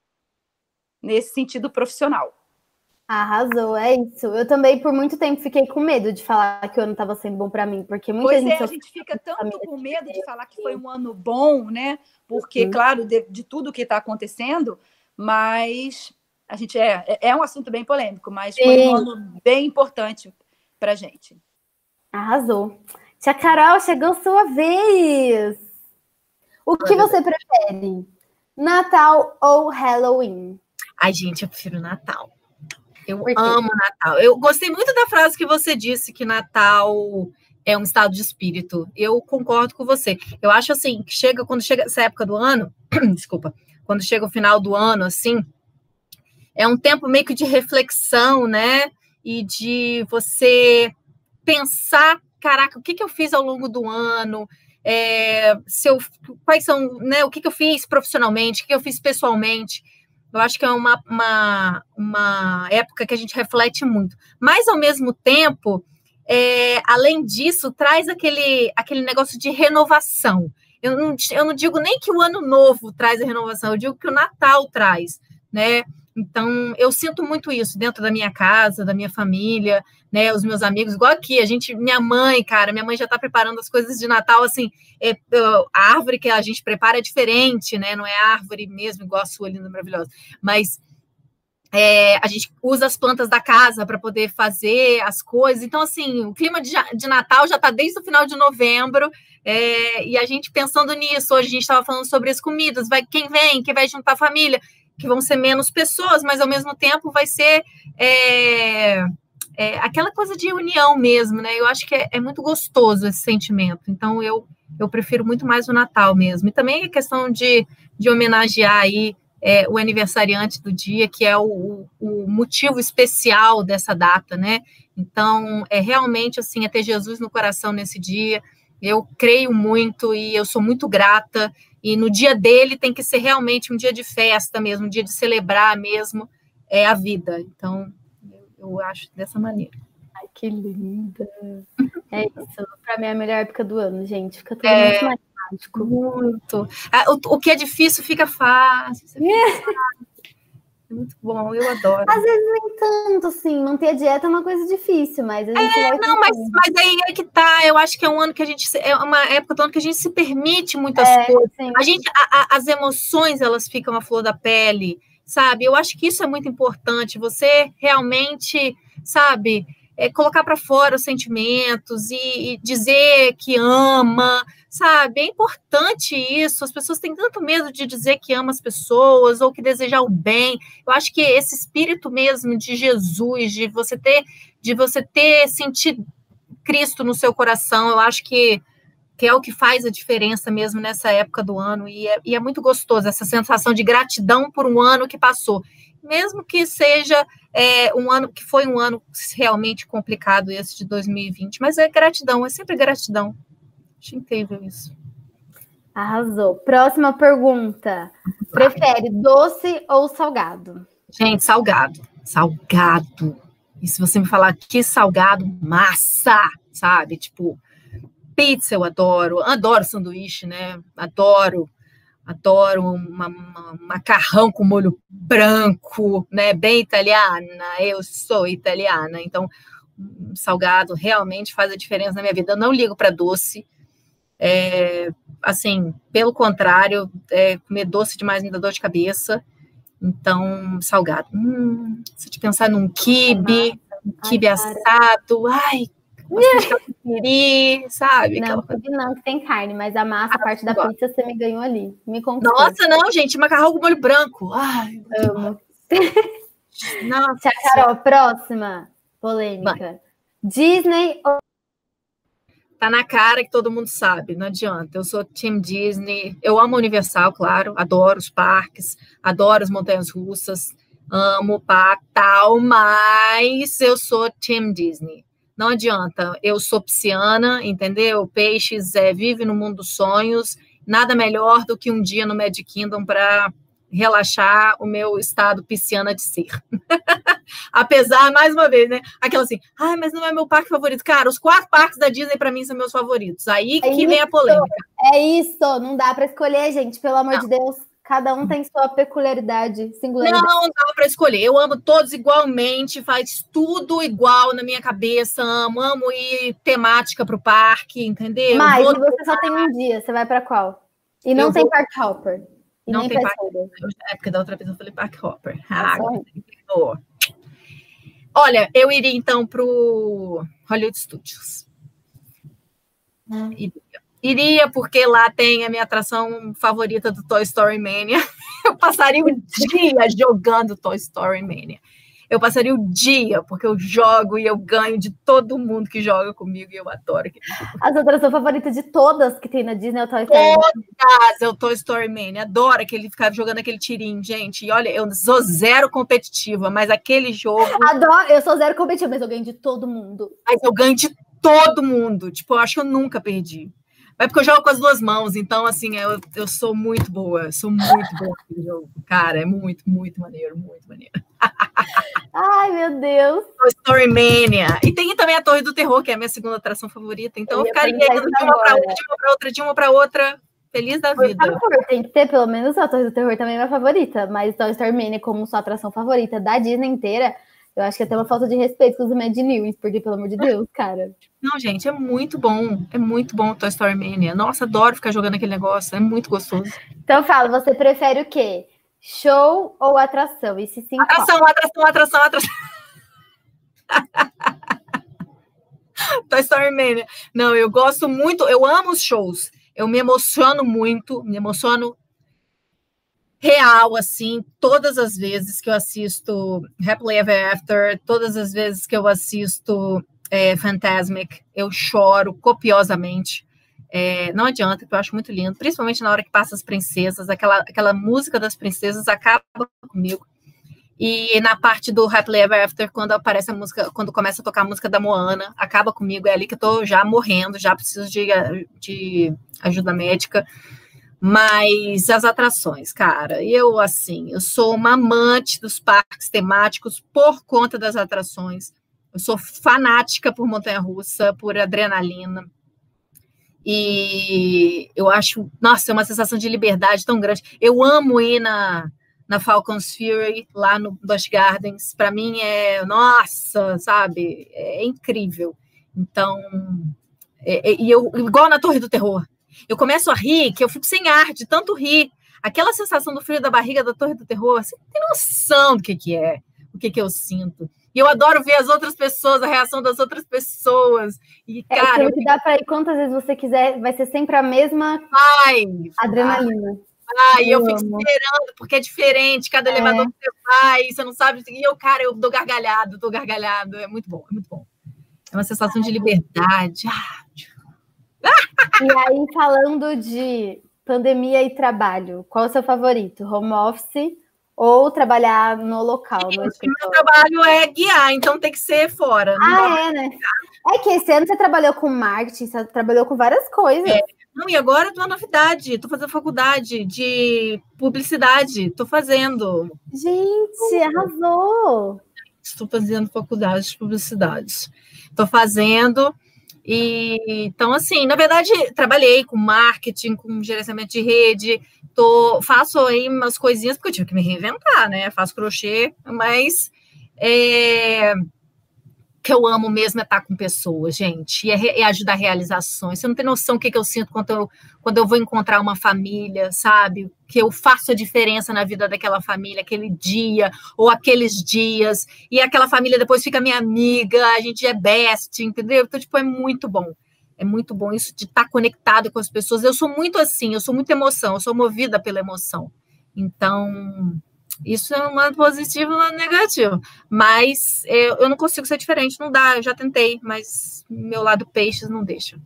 nesse sentido profissional. Arrasou, é isso. Eu também, por muito tempo, fiquei com medo de falar que o ano estava sendo bom para mim, porque muita pois gente... é, a gente fica tanto com medo de falar que foi um ano bom, né? Porque, uhum. claro, de, de tudo que está acontecendo, mas a gente é, é um assunto bem polêmico, mas Sim. foi um ano bem importante para a gente. Arrasou. Tia Carol, chegou sua vez. O que você prefere? Natal ou Halloween? Ai, gente, eu prefiro Natal. Eu amo Natal. Eu gostei muito da frase que você disse, que Natal é um estado de espírito. Eu concordo com você. Eu acho assim, que chega, quando chega essa época do ano, desculpa, quando chega o final do ano, assim, é um tempo meio que de reflexão, né? E de você pensar, caraca, o que, que eu fiz ao longo do ano? É, se eu, quais são, né? O que, que eu fiz profissionalmente? O que, que eu fiz pessoalmente? Eu acho que é uma, uma, uma época que a gente reflete muito. Mas, ao mesmo tempo, é, além disso, traz aquele, aquele negócio de renovação. Eu não, eu não digo nem que o ano novo traz a renovação, eu digo que o Natal traz, né? Então, eu sinto muito isso dentro da minha casa, da minha família, né? Os meus amigos, igual aqui, a gente, minha mãe, cara, minha mãe já está preparando as coisas de Natal, assim, é, a árvore que a gente prepara é diferente, né? Não é árvore mesmo, igual a sua, linda, maravilhosa, mas é, a gente usa as plantas da casa para poder fazer as coisas. Então, assim, o clima de, de Natal já está desde o final de novembro, é, e a gente pensando nisso, hoje a gente estava falando sobre as comidas, vai, quem vem, quem vai juntar a família, que vão ser menos pessoas, mas ao mesmo tempo vai ser é, é, aquela coisa de união mesmo, né? Eu acho que é, é muito gostoso esse sentimento. Então, eu, eu prefiro muito mais o Natal mesmo. E também a questão de, de homenagear aí é, o aniversariante do dia, que é o, o motivo especial dessa data, né? Então, é realmente assim, é ter Jesus no coração nesse dia. Eu creio muito e eu sou muito grata. E no dia dele tem que ser realmente um dia de festa mesmo, um dia de celebrar mesmo é, a vida. Então, eu, eu acho dessa maneira. Ai, que linda. É isso. Para mim é a melhor época do ano, gente. Fica tudo É, muito mais mágico. Muito. Ah, o, o que é difícil fica fácil. Você fica fácil. É muito bom, eu adoro. Às vezes nem tanto, assim. Manter a dieta é uma coisa difícil, mas a gente É, vai não, mas, tentando. mas aí é que tá. Eu acho que é um ano que a gente se- é uma época do ano que a gente se permite muitas É, coisas. sim. A gente, a- a- as emoções elas ficam à flor da pele, sabe? Eu acho que isso é muito importante. Você realmente, sabe, é, colocar para fora os sentimentos e, e dizer que ama, sabe? É importante isso. As pessoas têm tanto medo de dizer que ama as pessoas ou que desejar o bem. Eu acho que esse espírito mesmo de Jesus, de você ter, de você ter sentido Cristo no seu coração, eu acho que, que é o que faz a diferença mesmo nessa época do ano, e é, e é muito gostoso essa sensação de gratidão por um ano que passou, mesmo que seja é, um ano que foi um ano realmente complicado, esse de dois mil e vinte, mas é gratidão, é sempre gratidão. Acho incrível isso. Arrasou. Próxima pergunta. Prefere doce ou salgado? Gente, salgado, salgado. E se você me falar que salgado, massa, sabe? Tipo, pizza eu adoro, adoro sanduíche, né? Adoro, adoro uma, uma, um macarrão com molho branco, né? Bem italiana, eu sou italiana, então um salgado realmente faz a diferença na minha vida. Eu não ligo para doce, é, assim, pelo contrário, é, comer doce demais me dá dor de cabeça. Então, salgado. Hum, se te pensar num quibe, um quibe Ai, cara. assado, ai, bastante catupiry, sabe? Não, Aquela coisa. quibe não, que tem carne, mas a massa, a parte da gosto. pizza, você me ganhou ali. Me conquistou. Nossa, não, gente, macarrão com molho branco. Ai, Amo. nossa. Tia Carol, próxima polêmica. Disney ou Tá na cara que todo mundo sabe, não adianta. Eu sou Team Disney, eu amo a Universal, claro, adoro os parques, adoro as montanhas russas, amo o parque tal, mas eu sou Team Disney. Não adianta, eu sou pisciana, entendeu? Peixes é, vive no mundo dos sonhos, nada melhor do que um dia no Magic Kingdom para relaxar o meu estado pisciana de ser. Apesar, mais uma vez, né? Aquela assim, ai, mas não é meu parque favorito. Cara, os quatro parques da Disney, para mim, são meus favoritos. Aí É que vem a isso. polêmica. É isso, não dá para escolher, gente, pelo amor Não. de Deus. Cada um tem sua peculiaridade, singularidade. Não dá para escolher. Eu amo todos igualmente, faz tudo igual na minha cabeça. Amo, amo ir temática para o parque, entendeu? Mas Vou- e você só tem um dia, você vai para qual? E não Eu tem vou- Park Hopper. E Não nem tem Fast parque. Food. Eu- É porque da outra vez eu falei Park Hopper. Ah, Ah, só um. oh. Olha, eu iria então para o Hollywood Studios. Hum. Iria. Iria porque lá tem a minha atração favorita do Toy Story Mania. Eu passaria o dia jogando Toy Story Mania. Eu passaria o dia, porque eu jogo e eu ganho de todo mundo que joga comigo e eu adoro. A sua atração favorita de todas que tem na Disney é o Toy Story. Todas é o Toy Story Mania. Adoro aquele ficar jogando aquele tirinho, gente. E olha, eu sou zero competitiva, mas aquele jogo. Adoro, eu sou zero competitiva, mas eu ganho de todo mundo. Mas eu ganho de todo mundo. Tipo, eu acho que eu nunca perdi. É porque eu jogo com as duas mãos, então, assim, eu, eu sou muito boa. Sou muito boa nesse jogo. Cara, é muito, muito maneiro, muito maneiro. Ai, meu Deus. Toy Story Mania. E tem também a Torre do Terror, que é a minha segunda atração favorita. Então, eu, Eu ia ficaria perguntar indo isso de uma para agora. outra, de uma para outra, de uma para outra. Feliz da Por vida. favor, tem que ter pelo menos a Torre do Terror também é minha favorita, mas Toy Story Mania como sua atração favorita da Disney inteira, eu acho que é até uma falta de respeito com os Imagineers, porque, pelo amor de Deus, cara. Não, gente, é muito bom. É muito bom o Toy Story Mania. Nossa, adoro ficar jogando aquele negócio. É muito gostoso. Então fala, você prefere o quê? Show ou atração? E se sim, qual? Atração, atração, atração, atração. Toy Story Mania. Não, eu gosto muito, eu amo os shows. Eu me emociono muito, me emociono real, assim, todas as vezes que eu assisto Happily Ever After, todas as vezes que eu assisto é, Fantasmic, eu choro copiosamente. É, não adianta, porque eu acho muito lindo, principalmente na hora que passa as princesas, aquela, aquela música das princesas acaba comigo. E na parte do Happily Ever After, quando aparece a música, quando começa a tocar a música da Moana, acaba comigo, é ali que eu tô já morrendo, já preciso de, de ajuda médica. Mas as atrações, cara, eu, assim, eu sou uma amante dos parques temáticos por conta das atrações. Eu sou fanática por montanha-russa, por adrenalina. E eu acho, nossa, é uma sensação de liberdade tão grande. Eu amo ir na... na Falcon's Fury, lá no Busch Gardens, para mim é, nossa, sabe, é incrível. Então, é, é, e eu, igual na Torre do Terror, eu começo a rir, que eu fico sem ar de tanto rir. Aquela sensação do frio da barriga da Torre do Terror, você não tem noção do que, que é, o que, que eu sinto. E eu adoro ver as outras pessoas, a reação das outras pessoas. E, cara, é, que dá para ir quantas vezes você quiser, vai ser sempre a mesma ai, adrenalina. Ah, e eu, eu fico esperando, porque é diferente, cada elevador é. que você vai, você não sabe, e eu, cara, eu dou gargalhado, dou gargalhado, é muito bom, é muito bom. É uma sensação de liberdade. E aí, falando de pandemia e trabalho, qual é o seu favorito? Home office ou trabalhar no local? Sim, no meu trabalho é guiar, então tem que ser fora. Ah, é, né? É que esse ano você trabalhou com marketing, você trabalhou com várias coisas. É. Não, e agora estou na novidade, estou fazendo faculdade de publicidade, estou fazendo. Gente, arrasou! Estou fazendo faculdade de publicidade. Estou fazendo, e então, assim, na verdade, trabalhei com marketing, com gerenciamento de rede, tô, faço aí umas coisinhas, porque eu tive que me reinventar, né? Faço crochê, mas é, que eu amo mesmo é estar com pessoas, gente, e é, é ajudar realizações. Você não tem noção do que, que eu sinto quando eu, quando eu vou encontrar uma família, sabe? Que eu faço a diferença na vida daquela família, aquele dia, ou aqueles dias, e aquela família depois fica minha amiga, a gente é best, entendeu? Então, tipo, é muito bom. É muito bom isso de estar conectado com as pessoas. Eu sou muito assim, eu sou muito emoção, eu sou movida pela emoção. Então... isso é um lado positivo e um lado negativo. Mas eu, eu não consigo ser diferente, não dá, eu já tentei, mas meu lado peixes não deixa.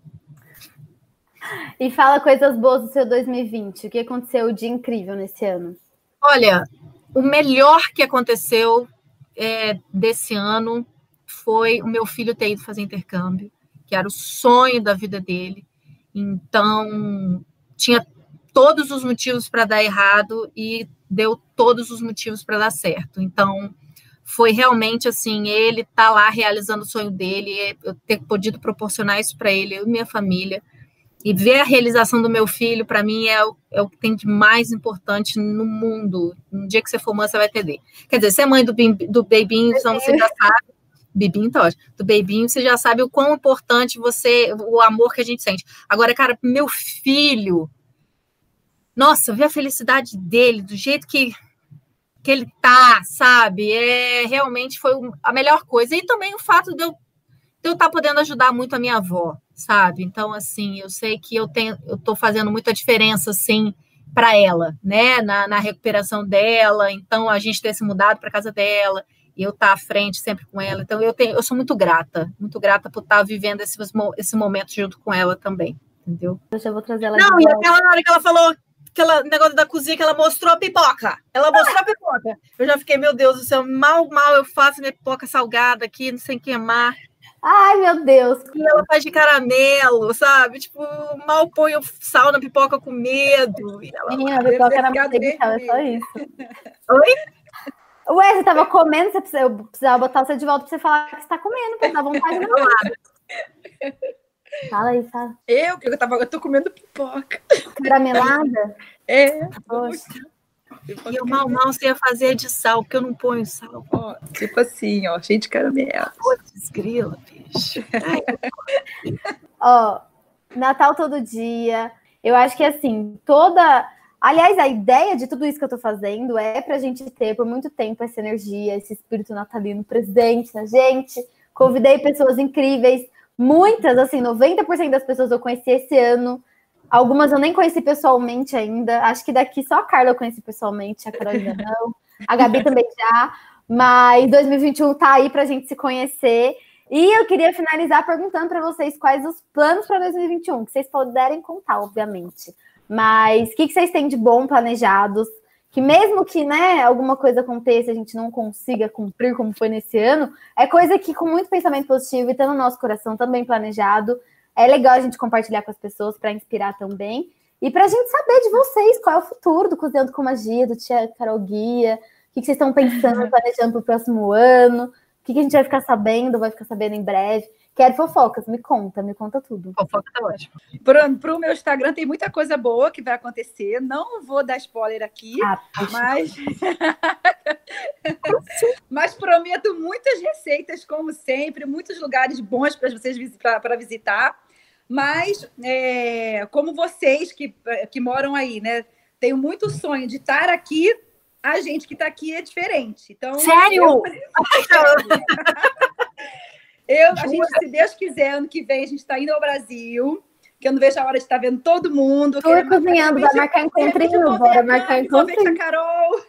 E fala coisas boas do seu dois mil e vinte. O que aconteceu de incrível nesse ano? Olha, o melhor que aconteceu é, desse ano foi o meu filho ter ido fazer intercâmbio, que era o sonho da vida dele. Então, tinha todos os motivos para dar errado e deu todos os motivos para dar certo. Então, foi realmente assim, ele tá lá realizando o sonho dele, eu ter podido proporcionar isso para ele, eu e minha família, e ver a realização do meu filho, para mim, é o, é o que tem de mais importante no mundo. No dia que você for mãe, você vai entender. Quer dizer, você é mãe do, do Bebinho, então você já sabe, Bebinho tá ótimo, do Bebinho, você já sabe o quão importante você, o amor que a gente sente. Agora, cara, meu filho... Nossa, ver a felicidade dele, do jeito que, que ele tá, sabe? É, realmente foi a melhor coisa. E também o fato de eu de eu estar podendo ajudar muito a minha avó, sabe? Então, assim, eu sei que eu tenho, eu tô fazendo muita diferença, assim, para ela, né? Na, na recuperação dela. Então, a gente ter se mudado para casa dela e eu estar à frente sempre com ela. Então, eu tenho, eu sou muito grata, muito grata por estar vivendo esse, esse momento junto com ela também, entendeu? Eu já vou trazer ela. Não, e aquela hora que ela falou aquele negócio da cozinha, que ela mostrou a pipoca. Ela mostrou a pipoca. Eu já fiquei, meu Deus do céu, mal, mal eu faço minha pipoca salgada aqui, sem queimar. Ai, meu Deus. E ela faz de caramelo, sabe? Tipo, mal põe o sal na pipoca com medo. E ela... Menina, a pipoca era manteiga e sal, é só isso. Oi? Ué, você tava comendo, você precisava, eu precisava botar você de volta pra você falar que você tá comendo, pra dar vontade não. Fala aí, fala. Eu, que eu, tava, eu tô comendo pipoca. Caramelada? É. Poxa. E eu mal, mal sei fazer de sal, porque eu não ponho sal. Ó, tipo assim, ó, cheio de caramelo. Putz, grila, bicho. Ó, Natal todo dia. Eu acho que, assim, toda... Aliás, a ideia de tudo isso que eu tô fazendo é pra gente ter, por muito tempo, essa energia, esse espírito natalino presente na gente. Convidei pessoas incríveis. Muitas, assim, noventa por cento das pessoas eu conheci esse ano. Algumas eu nem conheci pessoalmente ainda. Acho que daqui só a Carla eu conheci pessoalmente, a Carol ainda não. A Gabi também já. Mas dois mil e vinte e um tá aí pra gente se conhecer. E eu queria finalizar perguntando para vocês quais os planos para dois mil e vinte e um, que vocês puderem contar, obviamente. Mas o que, que vocês têm de bom planejados? que mesmo que, né, alguma coisa aconteça, a gente não consiga cumprir como foi nesse ano, é coisa que com muito pensamento positivo e tá no nosso coração também planejado, é legal a gente compartilhar com as pessoas para inspirar também. E para a gente saber de vocês qual é o futuro do Cozinhando com Magia, do Tia Carol Guia, o que, que vocês estão pensando, planejando para o próximo ano, o que, que a gente vai ficar sabendo, vai ficar sabendo em breve. Quero fofocas, me conta, me conta tudo. Fofoca tá ótimo. Para o meu Instagram tem muita coisa boa que vai acontecer. Não vou dar spoiler aqui, Ah, mas... mas prometo muitas receitas, como sempre, muitos lugares bons para vocês para visitar. Mas, é, como vocês que, que moram aí, né? Tenho muito sonho de estar aqui. A gente que está aqui é diferente. Então, Sério? Eu... Eu, a gente, se Deus quiser, ano que vem a gente está indo ao Brasil, que eu não vejo a hora de estar vendo todo mundo. Tô cozinhando, vai marcar encontrinho, bora marcar encontrinho. Vou ver a Carol,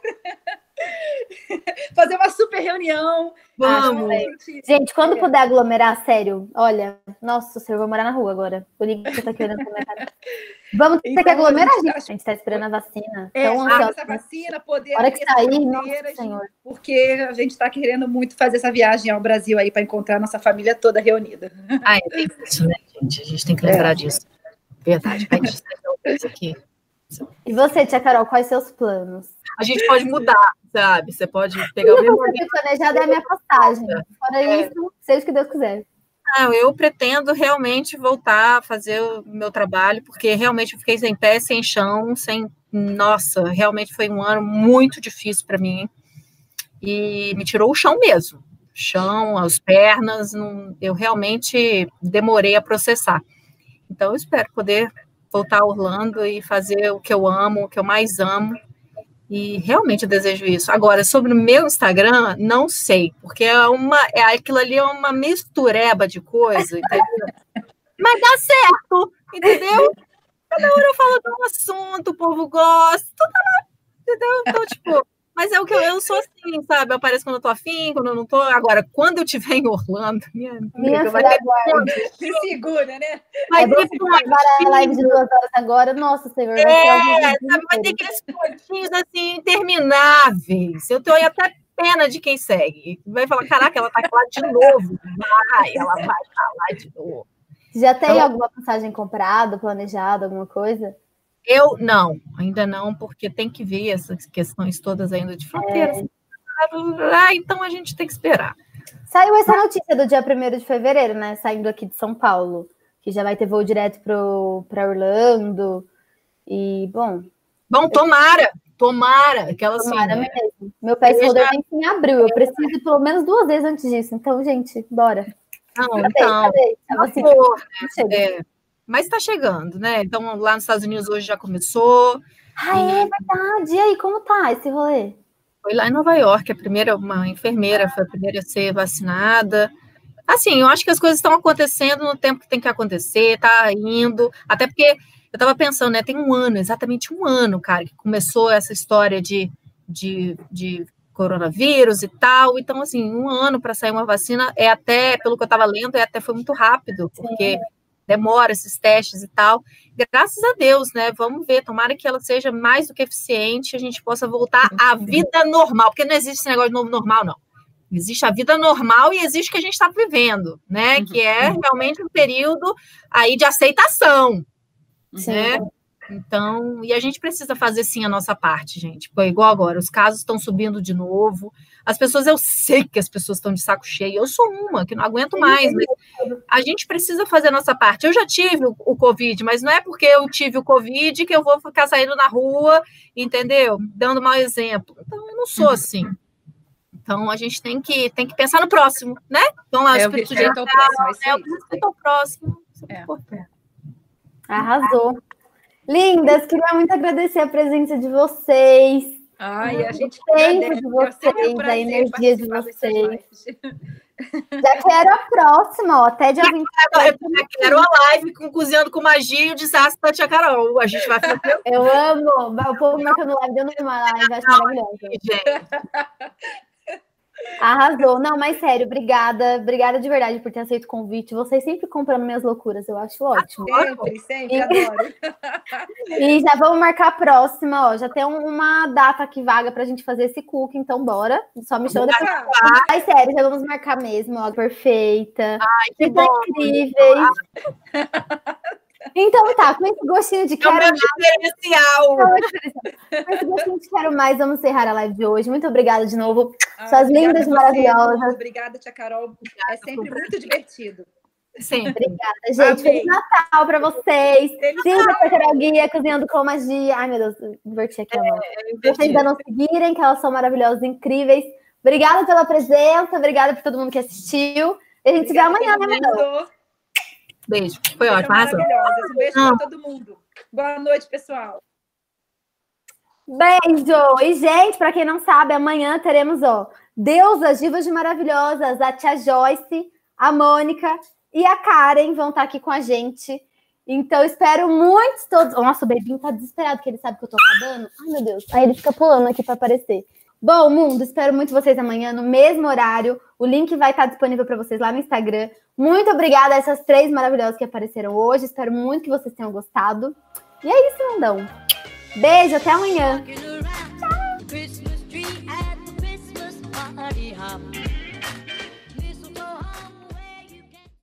fazer uma super reunião. Vamos. Ah, gente, quando puder aglomerar, sério, olha, nossa, eu vou morar na rua agora. O link que você tá querendo pra minha cara. Vamos ter Então, que aglomerar, a gente gente. tá- A gente tá esperando a vacina. É, Então, essa ansiosa. vacina, poder A hora que abrir essas sair, fronteiras, nossa senhora. porque a gente está querendo muito fazer essa viagem ao Brasil aí para encontrar a nossa família toda reunida. Ah, é bem isso, né, gente? A gente tem que lembrar É. disso. Verdade. Vai distrair uma coisa aqui. E você, Tia Carol, quais seus planos? A gente pode mudar, sabe? Você pode pegar o O mesmo. que eu tenho planejado é a minha passagem. Fora É. isso, seja o que Deus quiser. Não, eu pretendo realmente voltar a fazer o meu trabalho, porque realmente eu fiquei sem pé, sem chão, sem. Nossa, realmente foi um ano muito difícil para mim. E me tirou o chão mesmo. Chão, as pernas, não- eu realmente demorei a processar. Então, eu espero poder voltar a Orlando e fazer o que eu amo, o que eu mais amo. E realmente eu desejo isso. Agora, sobre o meu Instagram, não sei, porque é uma, é, aquilo ali é uma mistureba de coisa, entendeu? Mas dá certo, entendeu? Cada hora eu falo de um assunto, o povo gosta, tudo lá, entendeu? Então, tipo, mas é o que eu, eu sou assim, sabe? Eu apareço quando eu tô afim, quando eu não tô. Agora, quando eu estiver em Orlando, minha Minha amiga, vai filha ter, aguarde. Se segura, né? vai É bom ter que gravar a live de duas horas agora. Nossa, Senhor, vai ser ao vivo o É, dia sabe, vai ter inteiro. aqueles pontinhos assim, intermináveis. Eu tenho até pena de quem segue. Vai falar, caraca, ela tá lá de novo. Vai, ela vai pra lá de novo. Já tem Então- alguma passagem comprada, planejada, alguma coisa? Eu não, ainda não, porque tem que ver essas questões todas ainda de fronteiras. Ah, então a gente tem que esperar. Saiu essa notícia do dia primeiro de fevereiro, né? Saindo aqui de São Paulo, que já vai ter voo direto para Orlando. E, bom, Bom, tomara, tomara, aquela assim, tomara né? mesmo. Meu placeholder já- vem em abril. Eu preciso ir pelo menos duas vezes antes disso. Então, gente, bora. Não, Cadê? então, Cadê? A vacina amor, chega. é, mas está chegando, né? Então, lá nos Estados Unidos hoje já começou. Ah, é verdade. E aí, como tá esse rolê? Foi lá em Nova York, a primeira, uma enfermeira foi a primeira a ser vacinada. Assim, eu acho que as coisas estão acontecendo no tempo que tem que acontecer, tá indo. Até porque eu estava pensando, né? Tem um ano, exatamente um ano, cara, que começou essa história de, de, de coronavírus e tal. Então, assim, um ano para sair uma vacina é até, pelo que eu estava lendo, é até foi muito rápido, porque demora esses testes e tal. Graças a Deus, né? Vamos ver, tomara que ela seja mais do que eficiente, a gente possa voltar à vida normal, porque não existe esse negócio de novo normal, não. Existe a vida normal e existe o que a gente está vivendo, né? Que é realmente um período aí de aceitação, Sim. né? Então, e a gente precisa fazer sim a nossa parte, gente. Foi igual agora, os casos estão subindo de novo. As pessoas, eu sei que as pessoas estão de saco cheio, eu sou uma que não aguento mais, mas a gente precisa fazer a nossa parte. Eu já tive o, o Covid, mas não é porque eu tive o Covid que eu vou ficar saindo na rua, entendeu? Dando mau exemplo. Então, eu não sou assim. Então, a gente tem que, tem que pensar no próximo, né? Então, lá, o É, o espírito de respeito ao próximo, é isso é, aí. o respeito ao próximo. Isso é É. importante. Arrasou. Lindas, queria muito agradecer a presença de vocês. Ai, a gente tempo agradece, de é sempre vocês, um a prazer energia de participar dessas vocês. lives. Já quero a próxima, ó, até dia vinte e Agora, eu quero a live com Cozinhando com Magia e o desastre da Tia Carol. A gente vai fazer Eu amo. O povo marcando live, deu numa live, acho maravilhosa. gente. Arrasou. Não, mas sério, obrigada. Obrigada de verdade por ter aceito o convite. Vocês sempre comprando minhas loucuras, eu acho ótimo. Sempre, sempre, adoro. E já vamos marcar a próxima, ó. Já tem uma data aqui vaga pra gente fazer esse cookie, então bora. Só me chama depois. Mas sério, já vamos marcar mesmo, ó. Perfeita. Ai, que Vocês são bom. incríveis. Então tá, com esse gostinho de É o quero meu mais. diferencial. Com esse gostinho de quero mais, vamos encerrar a live de hoje. Muito obrigada de novo. Ah, Suas obrigada lindas, a você, maravilhosas. Lu. Obrigada, tia Carol. É sempre muito divertido. Sempre. Obrigada, gente. Amei. Feliz Natal pra vocês. Feliz Siga a Carol Guia, Cozinhando com Magia. Ai, meu Deus, inverti aqui a mão. Se vocês ainda não seguirem, que elas são maravilhosas, incríveis. Obrigada pela presença, obrigada por todo mundo que assistiu. E a gente se vê amanhã, né, Manu? Beijo. Foi ótimo. Arrasou. Maravilhosas. Um beijo Ah. para todo mundo. Boa noite, pessoal. Beijo! E, gente, para quem não sabe, amanhã teremos, ó, Deusas, Divas de Maravilhosas, a tia Joyce, a Mônica e a Karen vão estar aqui com a gente. Então, espero muito todos. Nossa, o Bebinho tá desesperado, que ele sabe que eu tô acabando. Ai, meu Deus. Aí ele fica pulando aqui para aparecer. Bom, mundo, espero muito vocês amanhã no mesmo horário. O link vai estar disponível para vocês lá no Instagram. Muito obrigada a essas três maravilhosas que apareceram hoje. Espero muito que vocês tenham gostado. E é isso, mundão. Beijo, até amanhã. Walking around Christmas tree at the Christmas party hop.